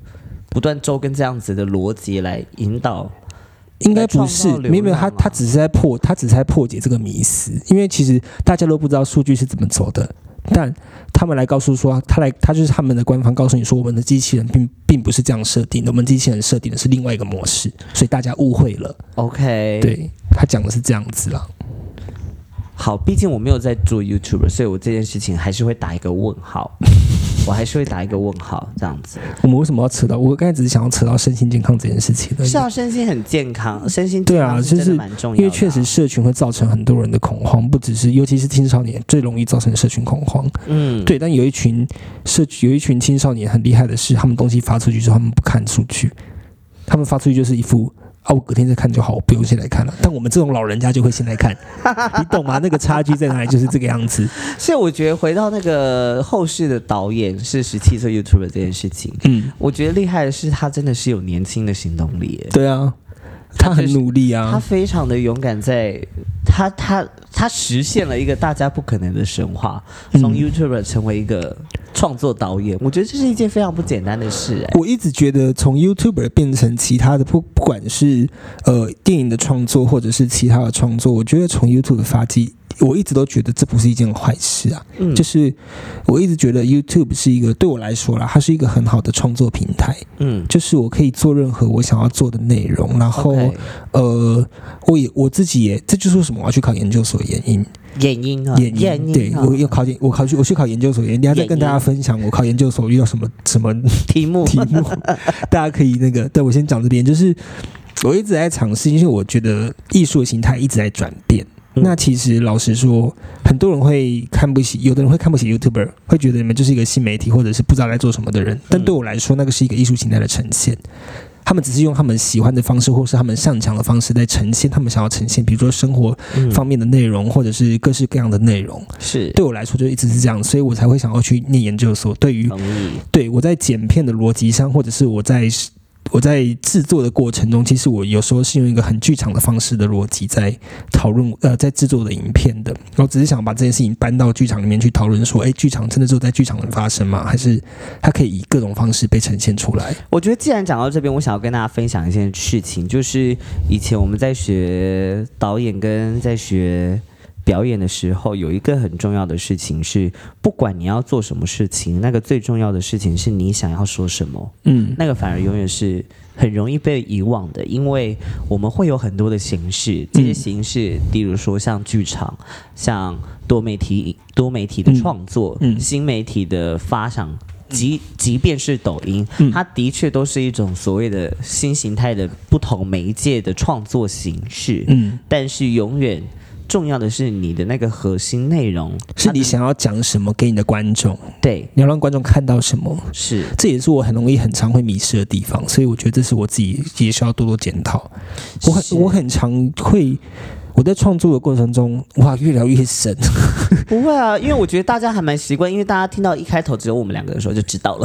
不断周跟这样子的逻辑来引导。 应该不是，没有没有，他他只是在破，他只是在破解这个迷思，因为其实大家都不知道数据是怎么走的，但他们来告诉说，他来他就是他们的官方告诉你说，我们的机器人并并不是这样设定的，我们机器人设定的是另外一个模式，所以大家误会了。 OK， 对，他讲的是这样子啦。 好，毕竟我没有在做 YouTuber， 所以我这件事情还是会打一个问号，我还是会打一个问号，这样子。 我们为什么要扯到？我刚才只是想要扯到身心健康这件事情而已。 是啊，身心很健康，身心对啊，就是蛮重要的、啊。 因为确实社群会造成很多人的恐慌，不只是，尤其是青少年最容易造成社群恐慌。嗯，对。但有一群社有一群青少年很厉害的是，他们东西发出去之后，他们不看数据，他们发出去就是一副。啊，我隔天再看就好，我不用现在看了。但我们这种老人家就会现在看，你懂吗？那个差距在哪里？就是这个样子。 所以我觉得回到那个后世的导演是十七岁 YouTuber 这件事情，嗯，我觉得厉害的是他真的是有年轻的行动力。 对啊，他很努力啊， 他非常的勇敢在，在他他他实现了一个大家不可能的神话，从 YouTuber 成为一个创作导演，我觉得这是一件非常不简单的事、欸。 我一直觉得从 YouTuber 变成其他的，不不管是呃电影的创作或者是其他的创作，我觉得从 YouTube 发迹，我一直都觉得这不是一件坏事啊。嗯，就是我一直觉得 YouTube 是一个对我来说啦，它是一个很好的创作平台。嗯，就是我可以做任何我想要做的内容，然后、okay. 呃，我也我自己也，这就是为什么我要去考研究所研音。 演音啊， 演音，演音对、啊、我要考研，我考去，我去考研究所，等一下再跟大家分享我考研究所遇到什么什么题目题目，大家可以那个，对我先讲这边，就是我一直在尝试，因为我觉得艺术的形态一直在转变。嗯、那其实老实说，很多人会看不起，有的人会看不起 YouTuber， 会觉得你们就是一个新媒体或者是不知道在做什么的人。但对我来说，那个是一个艺术形态的呈现。他们只是用他们喜欢的方式，或是他们擅长的方式来呈现他们想要呈现，比如说生活方面的内容，嗯、或者是各式各样的内容。是对我来说就一直是这样，所以我才会想要去念研究所。对于对我在剪片的逻辑上，或者是我在我在制作的过程中，其实我有时候是用一个很剧场的方式的逻辑在讨论，呃，在制作的影片的。我只是想把这件事情搬到剧场里面去讨论，说，哎，剧场真的只有在剧场能发生吗？还是它可以以各种方式被呈现出来？ 我觉得既然讲到这边，我想要跟大家分享一件事情，就是以前我们在学导演跟在学表演的时候，有一个很重要的事情是，不管你要做什么事情，那个最重要的事情是你想要说什么。嗯，那个反而永远是很容易被遗忘的，因为我们会有很多的形式，这些形式，例如说像剧场、像多媒体、多媒体的创作、嗯嗯、新媒体的发想。即即便是抖音、嗯，它的确都是一种所谓的新形态的不同媒介的创作形式。嗯，但是永远重要的是你的那个核心内容， 是你想要讲什么给你的观众。 对， 你要让观众看到什么。 是， 这也是我很容易很常会迷失的地方，所以我觉得这是我自己也需要多多检讨。我很我很常会。我在创作的过程中，哇，越聊越深。 不会啊，因为我觉得大家还蛮习惯，因为大家听到一开头只有我们两个的时候就知道了。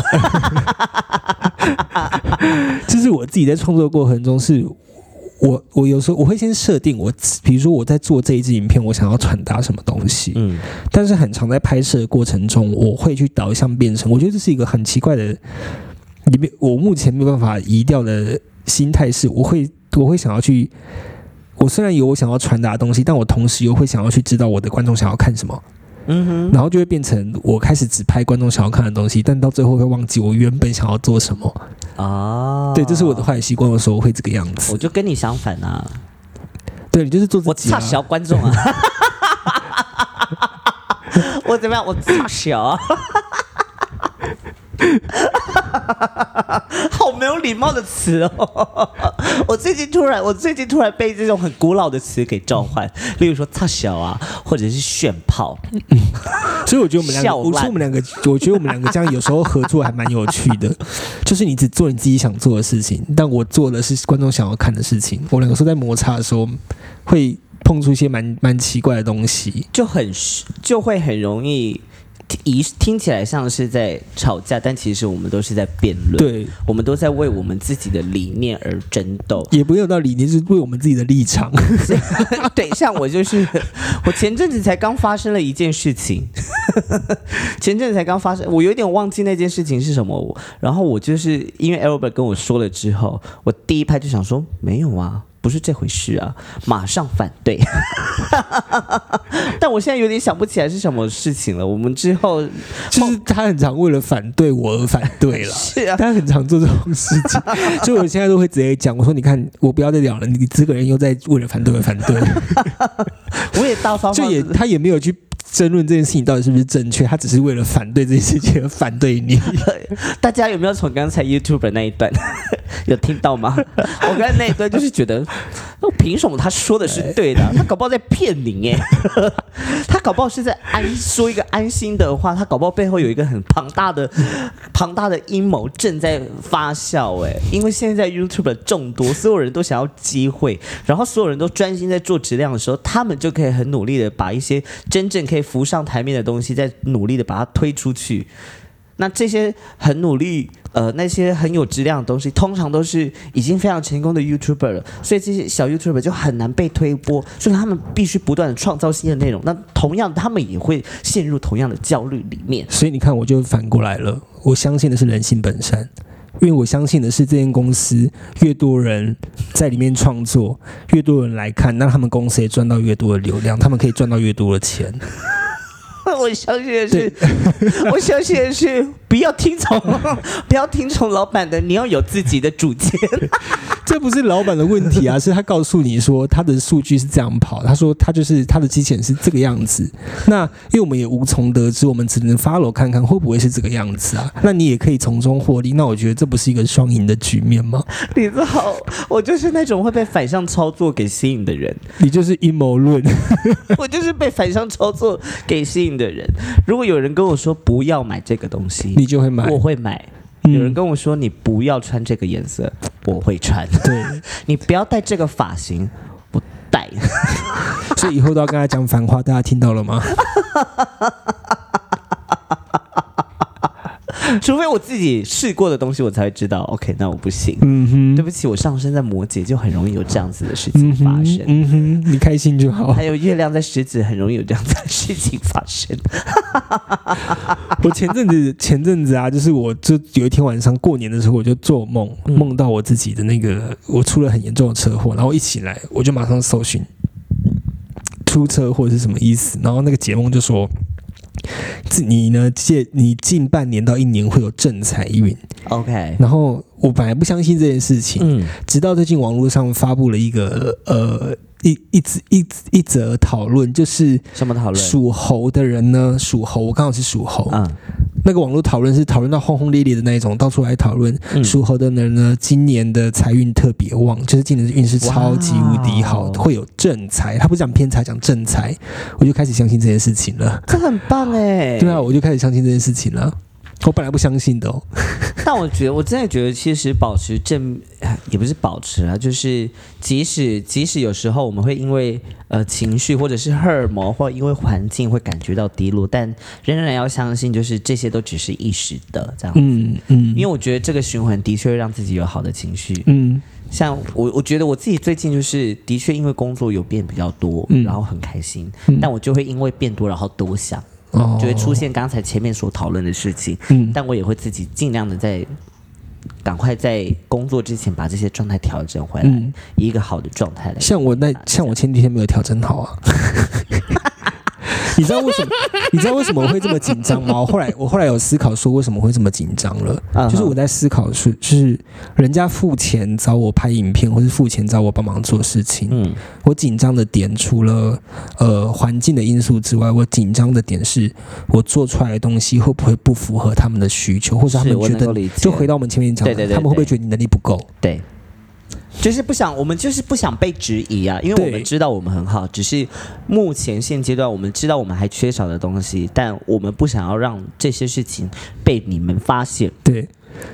就是我自己在创作的过程中是，我我有时候我会先设定我，比如说我在做这一支影片，我想要传达什么东西。嗯，但是很常在拍摄的过程中，我会去导向变成，我觉得这是一个很奇怪的，我目前没有办法移掉的心态是，我会我会想要去。我虽然有我想要传达的东西，但我同时又会想要去知道我的观众想要看什么，嗯哼，然后就会变成我开始只拍观众想要看的东西，但到最后会忘记我原本想要做什么啊。对，这是我的坏习惯的时候会这个样子。 我就跟你相反啊， 对你就是做自己、啊， 我差小观众啊，我怎么样？我差小、啊。好没有礼貌的词哦！我最近突然，我最近突然被这种很古老的词给召唤，例如说“擦小”啊，或者是“炫炮” 嗯。所以我觉得我们两个，我觉得我们两个，我觉得我们两个这样有时候合作还蛮有趣的。就是你只做你自己想做的事情，但我做的是观众想要看的事情。我们两个说在摩擦的时候会碰出一些蛮蛮奇怪的东西， 就很就会很容易。 一听起来像是在吵架，但其实我们都是在辩论。 对， 我们都在为我们自己的理念而争斗， 也不用到理念，是为我们自己的立场。 对，像我就是我前阵子才刚发生了一件事情，前阵子才刚发生，我有点忘记那件事情是什么。然后我就是因为 Albert 跟我说了之后，我第一拍就想说没有啊。不是这回事啊！马上反对，但我现在有点想不起来是什么事情了。我们之后就是他很常为了反对我而反对了， 是啊， 他很常做这种事情，所以我现在都会直接讲，我说你看，我不要再聊了，你这个人又在为了反对而反对。 我也大方方， 就也他也没有去争论这件事情到底是不是正确，他只是为了反对这件事情而反对你。 大家有没有从刚才 YouTuber 那一段有听到吗？我刚才那一段就是觉得，凭什么他说的是对的、啊？他搞不好在骗你耶，他搞不好是在安说一个安心的话，他搞不好背后有一个很庞大的、庞大的阴谋正在发酵哎。因为现在 YouTuber 众多，所有人都想要机会，然后所有人都专心在做质量的时候，他们就可以很努力的把一些真正可以浮上台面的东西，再努力的把它推出去。那这些很努力，呃，那些很有质量的东西，通常都是已经非常成功的 YouTuber 了，所以这些小 YouTuber 就很难被推播，所以他们必须不断的创造新的内容。那同样，他们也会陷入同样的焦虑里面。 所以你看，我就反过来了，我相信的是人性本善。因为我相信的是，这间公司越多人在里面创作，越多人来看，那他们公司也赚到越多的流量，他们可以赚到越多的钱。 我相信的是，我相信的是，不要听从，不要听从老板的，你要有自己的主见。 这不是老板的问题啊，是他告诉你说他的数据是这样跑，他说他就是他的机器人是这个样子。那因为我们也无从得知，我们只能 follow 看看会不会是这个样子啊。那你也可以从中获利，那我觉得这不是一个双赢的局面吗？ 你知道，我就是那种会被反向操作给吸引的人。 你就是阴谋论， 我就是被反向操作给吸引的人。如果有人跟我说不要买这个东西， 你就会买， 我会买。有人跟我说你不要穿这个颜色，我会穿。 对， 你不要戴这个发型，我戴。 所以以后都要跟他讲反话，大家听到了吗？ 除非我自己试过的东西，我才会知道。OK， 那我不行。 嗯哼， 对不起，我上升在摩羯，就很容易有这样子的事情发生。 嗯哼，嗯哼，你开心就好。 还有月亮在狮子，很容易有这样子的事情发生。 我前阵子前阵子啊，就是我就有一天晚上过年的时候，我就做梦，梦到我自己的那个我出了很严重的车祸，然后一起来我就马上搜寻出车祸是什么意思，然后那个解梦就说。你呢？借你近半年到一年会有正财运 ，OK。 然后我本来不相信这件事情，嗯，直到最近网络上发布了一个呃一一则一一则讨论，就是什么讨论？ 属猴的人呢？属猴，我刚好是属猴，嗯。那个网络讨论是讨论到轰轰烈烈的那一种，到处来讨论属猴的人呢，今年的财运特别旺，就是今年的运势超级无敌好，会有正财。他不讲偏财，讲正财，我就开始相信这件事情了。 这很棒哎！ 对啊，我就开始相信这件事情了。我本来不相信的哦， 但我觉得我真的觉得，其实保持正也不是保持啊，就是即使即使有时候我们会因为呃情绪或者是荷尔蒙，或因为环境会感觉到低落，但仍然要相信，就是这些都只是一时的这样子。嗯嗯，因为我觉得这个循环的确会让自己有好的情绪。嗯。像我，我觉得我自己最近就是的确因为工作有变比较多，嗯、然后很开心，嗯、但我就会因为变多然后多想。哦、就会出现刚才前面所讨论的事情，嗯，但我也会自己尽量的在赶快在工作之前把这些状态调整回来，嗯、以一个好的状态来。 像我那像我前几天没有调整好啊。你知道为什么？你知道为什么我会这么紧张吗？我后来我后来有思考说为什么会这么紧张了， uh-huh. 就是我在思考是就是人家付钱找我拍影片，或是付钱找我帮忙做事情，嗯，我紧张的点除了呃环境的因素之外，我紧张的点是我做出来的东西会不会不符合他们的需求，或者他们觉得就回到我们前面讲的，对对对对，他们会不会觉得你能力不够？ 对。就是不想，我们就是不想被质疑啊，因为我们知道我们很好，只是目前现阶段我们知道我们还缺少的东西，但我们不想要让这些事情被你们发现。 对，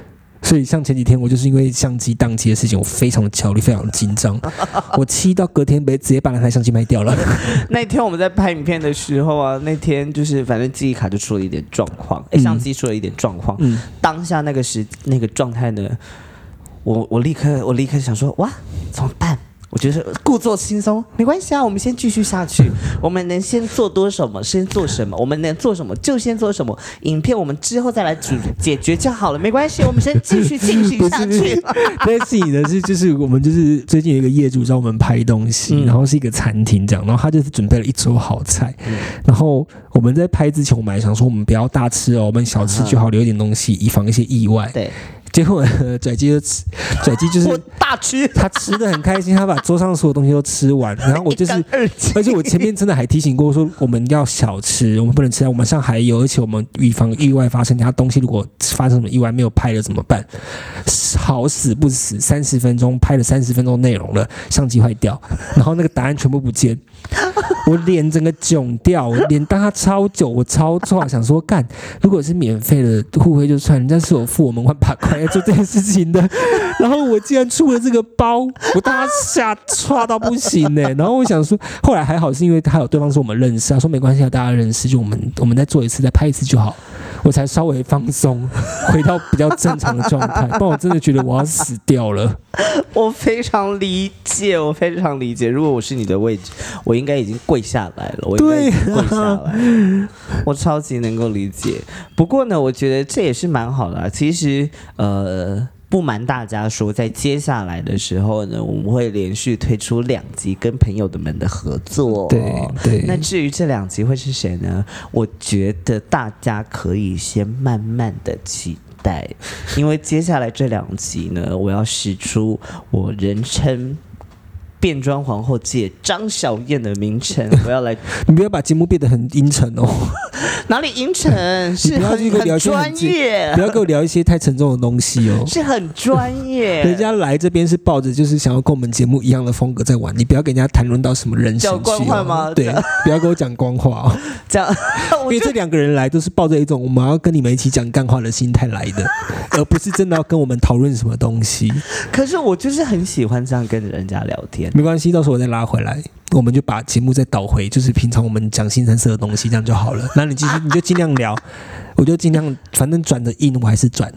所以像前几天我就是因为相机宕机的事情，我非常的焦虑，非常的紧张，我气到隔天直接把那台相机卖掉了。 那天我们在拍影片的时候啊，那天就是反正记忆卡就出了一点状况，嗯、相机出了一点状况，嗯、当下那个时那个状态呢，我我立刻我立刻想说，哇，怎么办？我觉得故作轻松，没关系啊，我们先继续下去。我们能先做多什么，先做什么；我们能做什么，就先做什么。影片我们之后再来解决就好了，没关系，我们先继续进行下去。 这事情呢是就是我们就是最近有一个业主找我们拍东西，嗯、然后是一个餐厅这样，然后他就是准备了一桌好菜，嗯、然后我们在拍之前，我们还想说我们不要大吃哦，我们小吃就好，留一点东西，以防一些意外。 对。 结果拽鸡就吃，拽鸡就是大吃， 他吃的很开心，他把桌上所有东西都吃完。然后我就是，而且我前面真的还提醒过说，我们要小吃，我们不能吃到晚上还有，而且我们预防意外发生。他东西如果发生什么意外没有拍了怎么办？好死不死，三十分钟拍了三十分钟内容了，相机坏掉，然后那个答案全部不见。我脸整个囧掉，我脸当他超久，我超错，想说干，如果是免费的互惠就算，人家是有付我们万把块要做这件事情的，然后我竟然出了这个包，我当他吓唰到不行呢、欸。然后我想说，后来还好是因为还有对方是我们认识，他说没关系，大家认识，就我们我们再做一次，再拍一次就好，我才稍微放松，回到比较正常的状态，不然我真的觉得我要死掉了。 我非常理解，我非常理解。如果我是你的位置，我应该已经跪下来了，我应该已经跪下来了。我超级能够理解。不过呢，我觉得这也是蛮好的、啊。其实，呃。不瞒大家说，在接下来的时候呢，我们会连续推出两集跟朋友的们的合作。 对对。 那至于这两集会是谁呢？我觉得大家可以先慢慢的期待，因为接下来这两集呢，我要使出我人称变装皇后界张小燕的名称，我要来。 你不要把节目变得很阴沉哦。 哪里阴沉？是很很专业。 不要跟我聊一些太沉重的东西哦。 是很专业。 人家来这边是抱着就是想要跟我们节目一样的风格在玩，你不要给人家谈论到什么人生去、哦。 讲官话吗？ 对，不要跟我讲官话哦。 这样， 因为这两个人来都是抱着一种我们要跟你们一起讲干话的心态来的，而不是真的要跟我们讨论什么东西。 可是我就是很喜欢这样跟人家聊天。 没关系，到时候我再拉回来，我们就把节目再导回，就是平常我们讲新三色的东西，这样就好了。那你继续，你就尽量聊，我就尽量，反正转的硬，我还是转。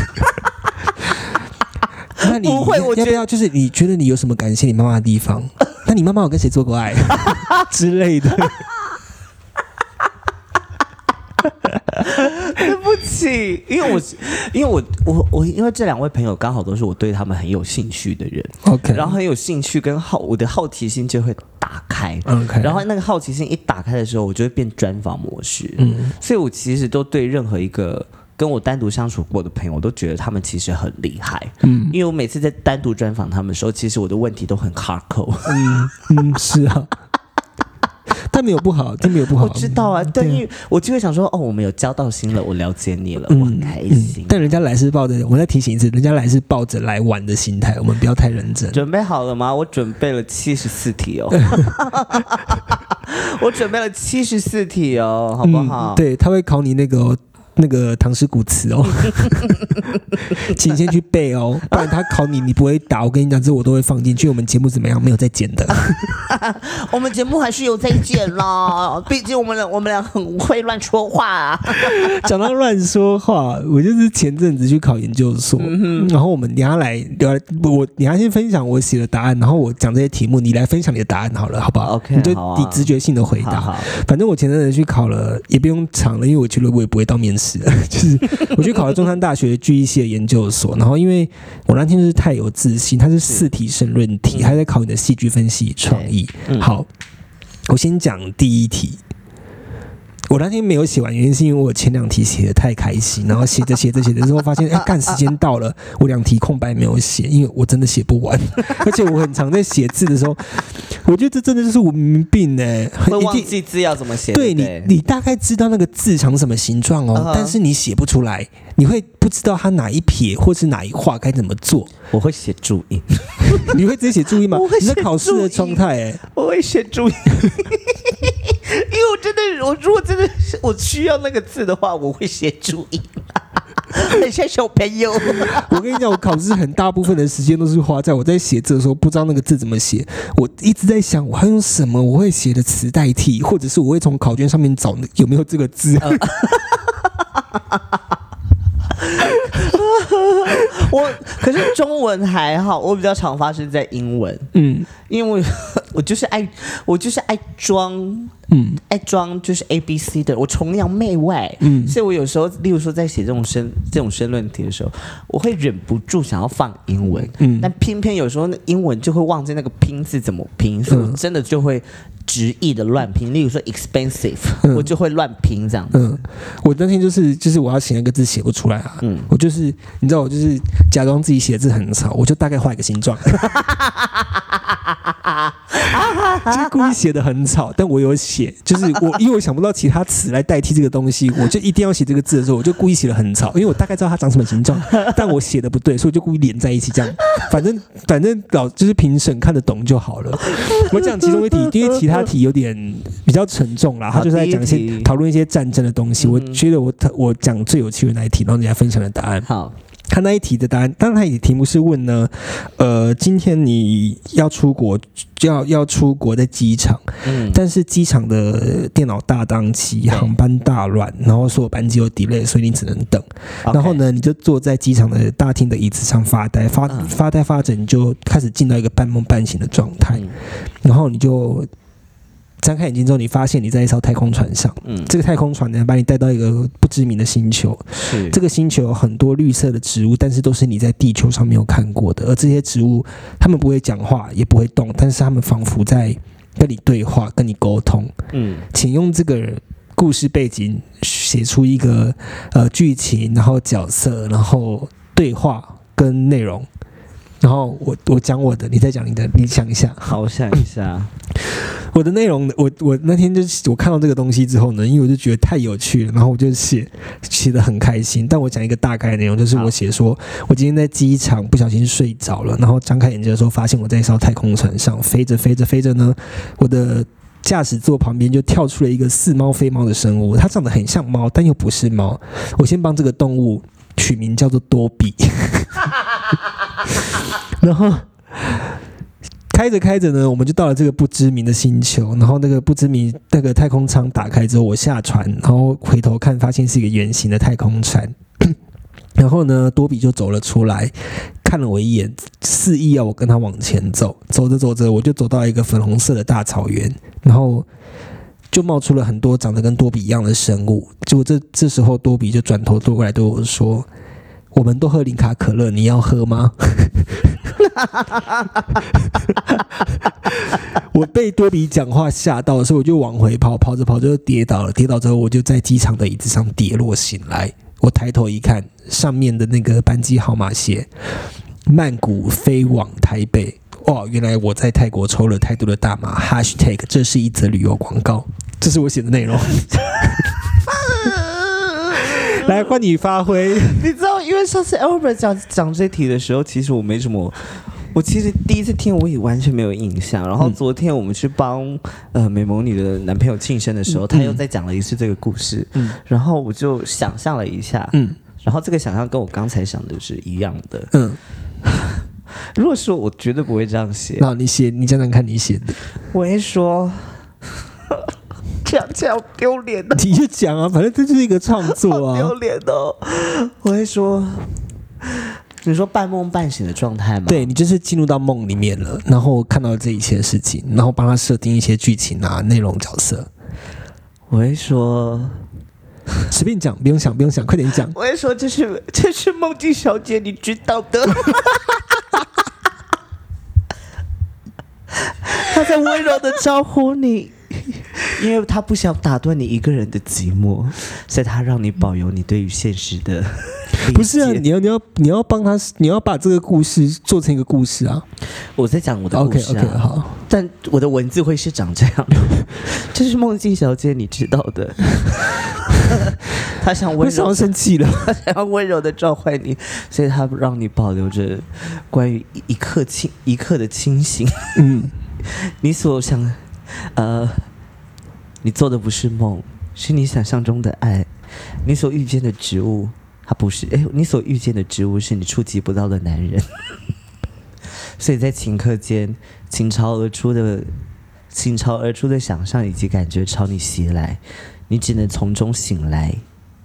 那你不会，我要不要就是你觉得你有什么感谢你妈妈的地方？那你妈妈有跟谁做过爱之类的？ 对不起，因为我因为我我我因为这两位朋友刚好都是我对他们很有兴趣的人 ，OK， 然后很有兴趣跟好我的好奇心就会打开 ，OK， 然后那个好奇心一打开的时候，我就会变专访模式，嗯，所以我其实都对任何一个跟我单独相处过的朋友，我都觉得他们其实很厉害，嗯，因为我每次在单独专访他们的时候，其实我的问题都很 hardcore， 嗯嗯，是啊。但没有不好，但没有不好。 我知道啊，但因为我就会想说，哦，我们有交到心了，我了解你了，嗯、我很开心、嗯。 但人家来是抱着，我再提醒一次，人家来是抱着来玩的心态，我们不要太认真。 准备好了吗？我准备了七十四题哦，我准备了七十四题哦，好不好？ 嗯、对，他会考你那个、哦。那个唐诗古词哦，请先去背哦，不然他考你，你不会答。我跟你讲，这我都会放进去。我们节目怎么样？没有在剪的。 我们节目还是有在剪啦，毕竟我们俩我们俩很会乱说话啊。 讲到乱说话，我就是前阵子去考研究所，嗯、然后我们等下来聊，我你要先分享我写的答案，然后我讲这些题目，你来分享你的答案好了，好不好 ？OK， 你就你直觉性的回答。 好好反正我前阵子去考了，也不用长了，因为我觉得我也不会到面试。就是我去考了中山大学剧艺系的研究所，然后因为我那天就是太有自信，它是四题申论题，还在考你的戏剧分析创意。好，我先讲第一题。我那天没有写完，原因是因为我前两题写的太开心，然后写着写着写着之后发现，哎，干时间到了，我两题空白没有写，因为我真的写不完，而且我很常在写字的时候，我觉得这真的就是文明病哎， 会忘记字要怎么写。 对你，你大概知道那个字长什么形状哦， uh-huh. 但是你写不出来，你会不知道它哪一撇或是哪一画该怎么做。 我会写注音， 你会直接写注音吗？你在考试的状态哎， 我会写注音。因为我真的，我如果真的我需要那个字的话，我会写注音。 很像小朋友。 我跟你讲，我考试很大部分的时间都是花在我在写字的时候，不知道那个字怎么写，我一直在想我还用什么我会写的词代替，或者是我会从考卷上面找有没有这个字。呃我可是中文还好，我比较常发生在英文，嗯，因为我就是爱我就是爱装，嗯，爱装就是 A B C 的，我崇洋媚外，嗯，所以我有时候，例如说在写这种申这种申论题的时候，我会忍不住想要放英文，嗯，但偏偏有时候英文就会忘记那个拼字怎么拼，所以我真的就会直译的乱拼，例如说 expensive，嗯，我就会乱拼这样子。嗯， 我那天就是就是我要写那个字写不出来啊，嗯，我就是你知道我就是假装自己写的字很吵，我就大概画一个形状，就是故意写的很吵，但我有写，就是我因为我想不到其他词来代替这个东西，我就一定要写这个字的时候，我就故意写的很吵，因为我大概知道它长什么形状，但我写的不对，所以我就故意连在一起这样，反正反正老就是评审看得懂就好了。我讲其中一题，因为其他题有点比较沉重啦，他就是在讲一些讨论一些战争的东西。我觉得我我讲最有趣的那一题，然后你来分享的答案。 好。 他那一题的答案，当然他的题目是问呢，呃，今天你要出国，要要出国在机场，嗯，但是机场的电脑大宕机，航班大乱，然后所有班机有 delay， 所以你只能等。Okay. 然后呢，你就坐在机场的大厅的椅子上发呆，发发呆发着，你就开始进到一个半梦半醒的状态，嗯，然后你就张开眼睛之后，你发现你在一艘太空船上。嗯，这个太空船呢，把你带到一个不知名的星球。是，这个星球有很多绿色的植物，但是都是你在地球上没有看过的。而这些植物，它们不会讲话，也不会动，但是它们仿佛在跟你对话，跟你沟通。嗯，请用这个故事背景写出一个呃剧情，然后角色，然后对话跟内容。然后我我讲我的，你再讲你的，你想一下。 好，我想一下。 我的内容，我我那天就是我看到这个东西之后呢，因为我就觉得太有趣了，然后我就写写得很开心。但我讲一个大概的内容，就是我写说，我今天在机场不小心睡着了，然后张开眼睛的时候，发现我在一艘太空船上飞着飞着飞着呢，我的驾驶座旁边就跳出了一个似猫非猫的生物，它长得很像猫，但又不是猫。我先帮这个动物取名叫做多比，然后。开着开着呢，我们就到了这个不知名的星球，然后那个不知名那个太空舱打开之后，我下船，然后回头看，发现是一个圆形的太空船。然后呢，多比就走了出来，看了我一眼，示意要我跟他往前走。走着走着，我就走到一个粉红色的大草原，然后就冒出了很多长得跟多比一样的生物。结果这这时候，多比就转头过来对我说：“我们都喝零卡可乐，你要喝吗？”我被多比讲话吓到的时候，我就往回跑，跑着跑着就跌倒了。跌倒之后，我就在机场的椅子上跌落醒来。我抬头一看，上面的那个班机号码写曼谷飞往台北。哇，原来我在泰国抽了太多的大麻。hashtag 这是一则旅游广告，这是我写的内容。来，换你发挥。 你知道，因为上次 Albert 讲讲这题的时候，其实我没什么，我其实第一次听我也完全没有印象。然后昨天我们去帮呃美萌女的男朋友庆生的时候，嗯、他又再讲了一次这个故事，嗯、然后我就想象了一下，嗯，然后这个想象跟我刚才想的是一样的，嗯。如果说我绝对不会这样写， 那你写，你讲讲看你写的， 我会说。这样这样丢脸的， 你就讲啊，反正这就是一个创作啊， 丢脸的。我会说，你说半梦半醒的状态吗？ 对，你就是进入到梦里面了，然后看到这一切事情，然后帮他设定一些剧情啊、内容、角色。 我会说， 随便讲，不用想，不用想，快点讲。 我会说，这是这是梦境小姐，你知道的。她在温柔的招呼你。因为他不想打断你一个人的寂寞，所以他让你保有你对于现实的理解。 不是啊，你要你要你要帮他，你要把这个故事做成一个故事啊。 我在讲我的故事啊 ，OK OK 好， 但我的文字会是长这样的。这是梦境小姐，你知道的。他想温柔， 我生气了， 他想要温柔的召唤你，所以他让你保留着关于一刻清一刻的清醒。嗯，你所想。呃，你做的不是梦，是你想象中的爱。你所遇见的植物他不是，哎，你所遇见的植物是你触及不到的男人，所以在顷刻间，倾巢而出的、倾巢而出的想象以及感觉朝你袭来，你只能从中醒来，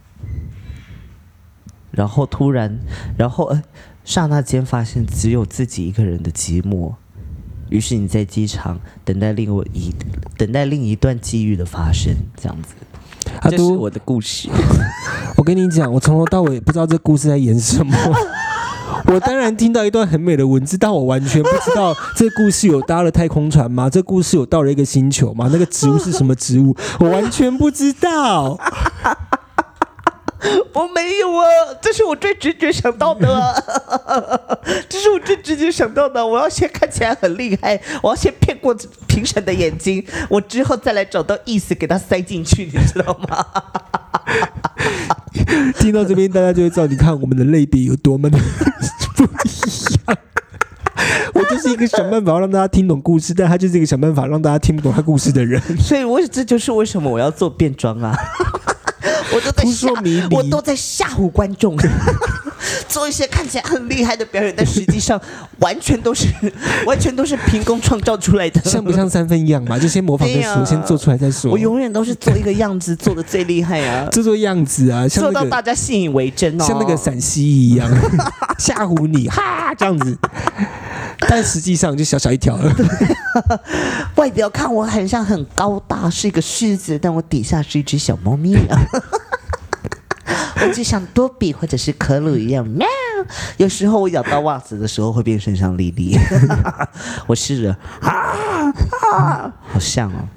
然后突然，然后呃，刹那间发现只有自己一个人的寂寞，于是你在机场等待另一等待另一段际遇的发生，这样子。 阿都， 这是我的故事。 我跟你讲，我从头到尾不知道这故事在演什么。我当然听到一段很美的文字，但我完全不知道这故事有搭了太空船吗？这故事有到了一个星球吗？那个植物是什么植物？我完全不知道。 我没有啊，这是我最直觉想到的、啊，这是我最直觉想到的。我要先看起来很厉害，我要先骗过评审的眼睛，我之后再来找到意思给他塞进去，你知道吗？ 听到这边，大家就会知道，你看我们的类别有多么的不一样。我就是一个想办法让大家听懂故事，但他就是一个想办法让大家听不懂他故事的人。 所以我这就是为什么我要做变装啊。我都在吓，我都在吓唬观众，做一些看起来很厉害的表演，但实际上完全都是完全都是凭空创造出来的， 像不像三分一样嘛？就先模仿再说，啊、先做出来再说。 我永远都是做一个样子，做的最厉害啊， 做做样子啊，像、那个、 做到大家信以为真哦， 像那个陕西一样吓唬你，哈这样子。但实际上就小小一条了。 外表看我很像很高大，是一个狮子，但我底下是一只小猫咪啊。我就像多比或者是可鲁一样喵。有时候我咬到袜子的时候会变身上莉莉。我试着啊啊，好像哦。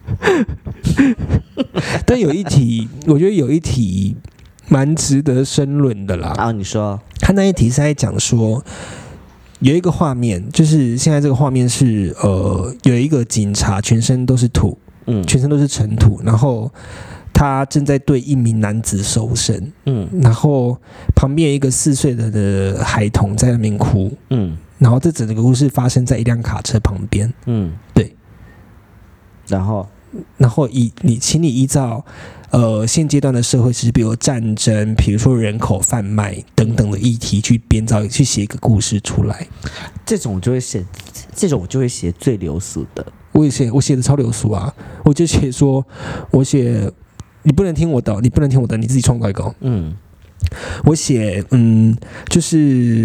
但有一题，我觉得有一题蛮值得申论的啦。 啊，你说， 他那一题是在讲说。有一个画面，就是现在这个画面是呃，有一个警察全身都是土，嗯，全身都是尘土，然后他正在对一名男子搜身，嗯，然后旁边有一个四岁的的孩童在那边哭，嗯，然后这整个故事发生在一辆卡车旁边，嗯，对， 然后， 然后以你，请你依照。呃，现阶段的社会其实比如战争，比如说人口贩卖等等的议题，去编造、去写一个故事出来。 这种我就会写，这种我就会写最流俗的。 我也写，我写的超流俗啊！我就写说，我写你不能听我的，你不能听我的，你自己创造一个。嗯，我写，嗯，就是。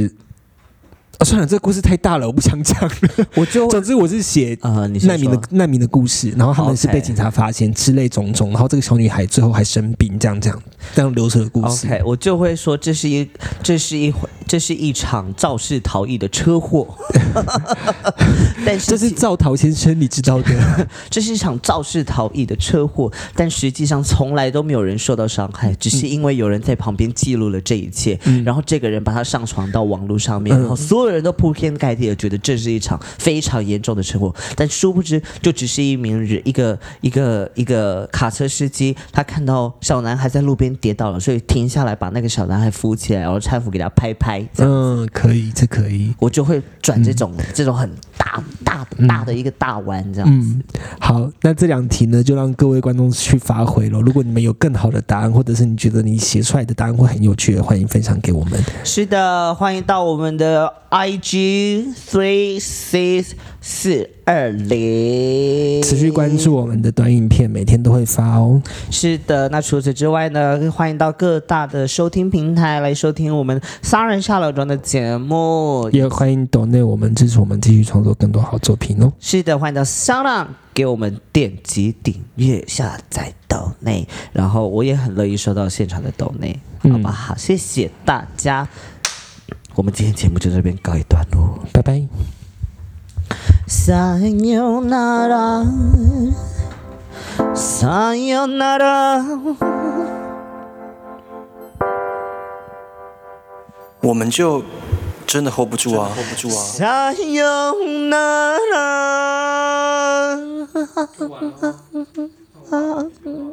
啊，算了，这个故事太大了，我不想讲了。 我就总之我是写难民的难民的故事，然后他们是被警察发现之类种种，然后这个小女孩最后还生病，这样这样这样流水的故事。 OK， 我就会说这是一这是一这是一场肇事逃逸的车祸。但是这是赵桃先生，你知道的。 这是一场肇事逃逸的车祸，但实际上从来都没有人受到伤害，只是因为有人在旁边记录了这一切，嗯、然后这个人把它上传到网络上面，嗯、然后所有。所有人都铺天盖地的觉得这是一场非常严重的车祸，但殊不知就只是一名人一个一个一个卡车司机，他看到小男孩在路边跌倒了，所以停下来把那个小男孩扶起来，然后搀扶给他拍拍。 嗯，可以，这可以。 我就会转这种、嗯、这种很大大的大的一个大弯这样子、嗯。 好，那这两题呢，就让各位观众去发挥了。如果你们有更好的答案，或者是你觉得你写出来的答案会很有趣的，欢迎分享给我们。 是的，欢迎到我们的。I G three six 四二零， 持续关注我们的短影片，每天都会发哦。 是的，那除此之外呢，欢迎到各大的收听平台来收听我们三人下楼庄的节目， 也欢迎donate我们支持我们继续创作更多好作品哦。 是的，欢迎到SoundOn给我们点击订阅、下载donate，然后我也很乐意收到现场的donate，好不好？嗯、谢谢大家。我们今天节目就这边告一段落， 拜拜。 Sayonara, sayonara。 我们就真的 hold 不住啊 ，hold 不住啊。 Sayonara。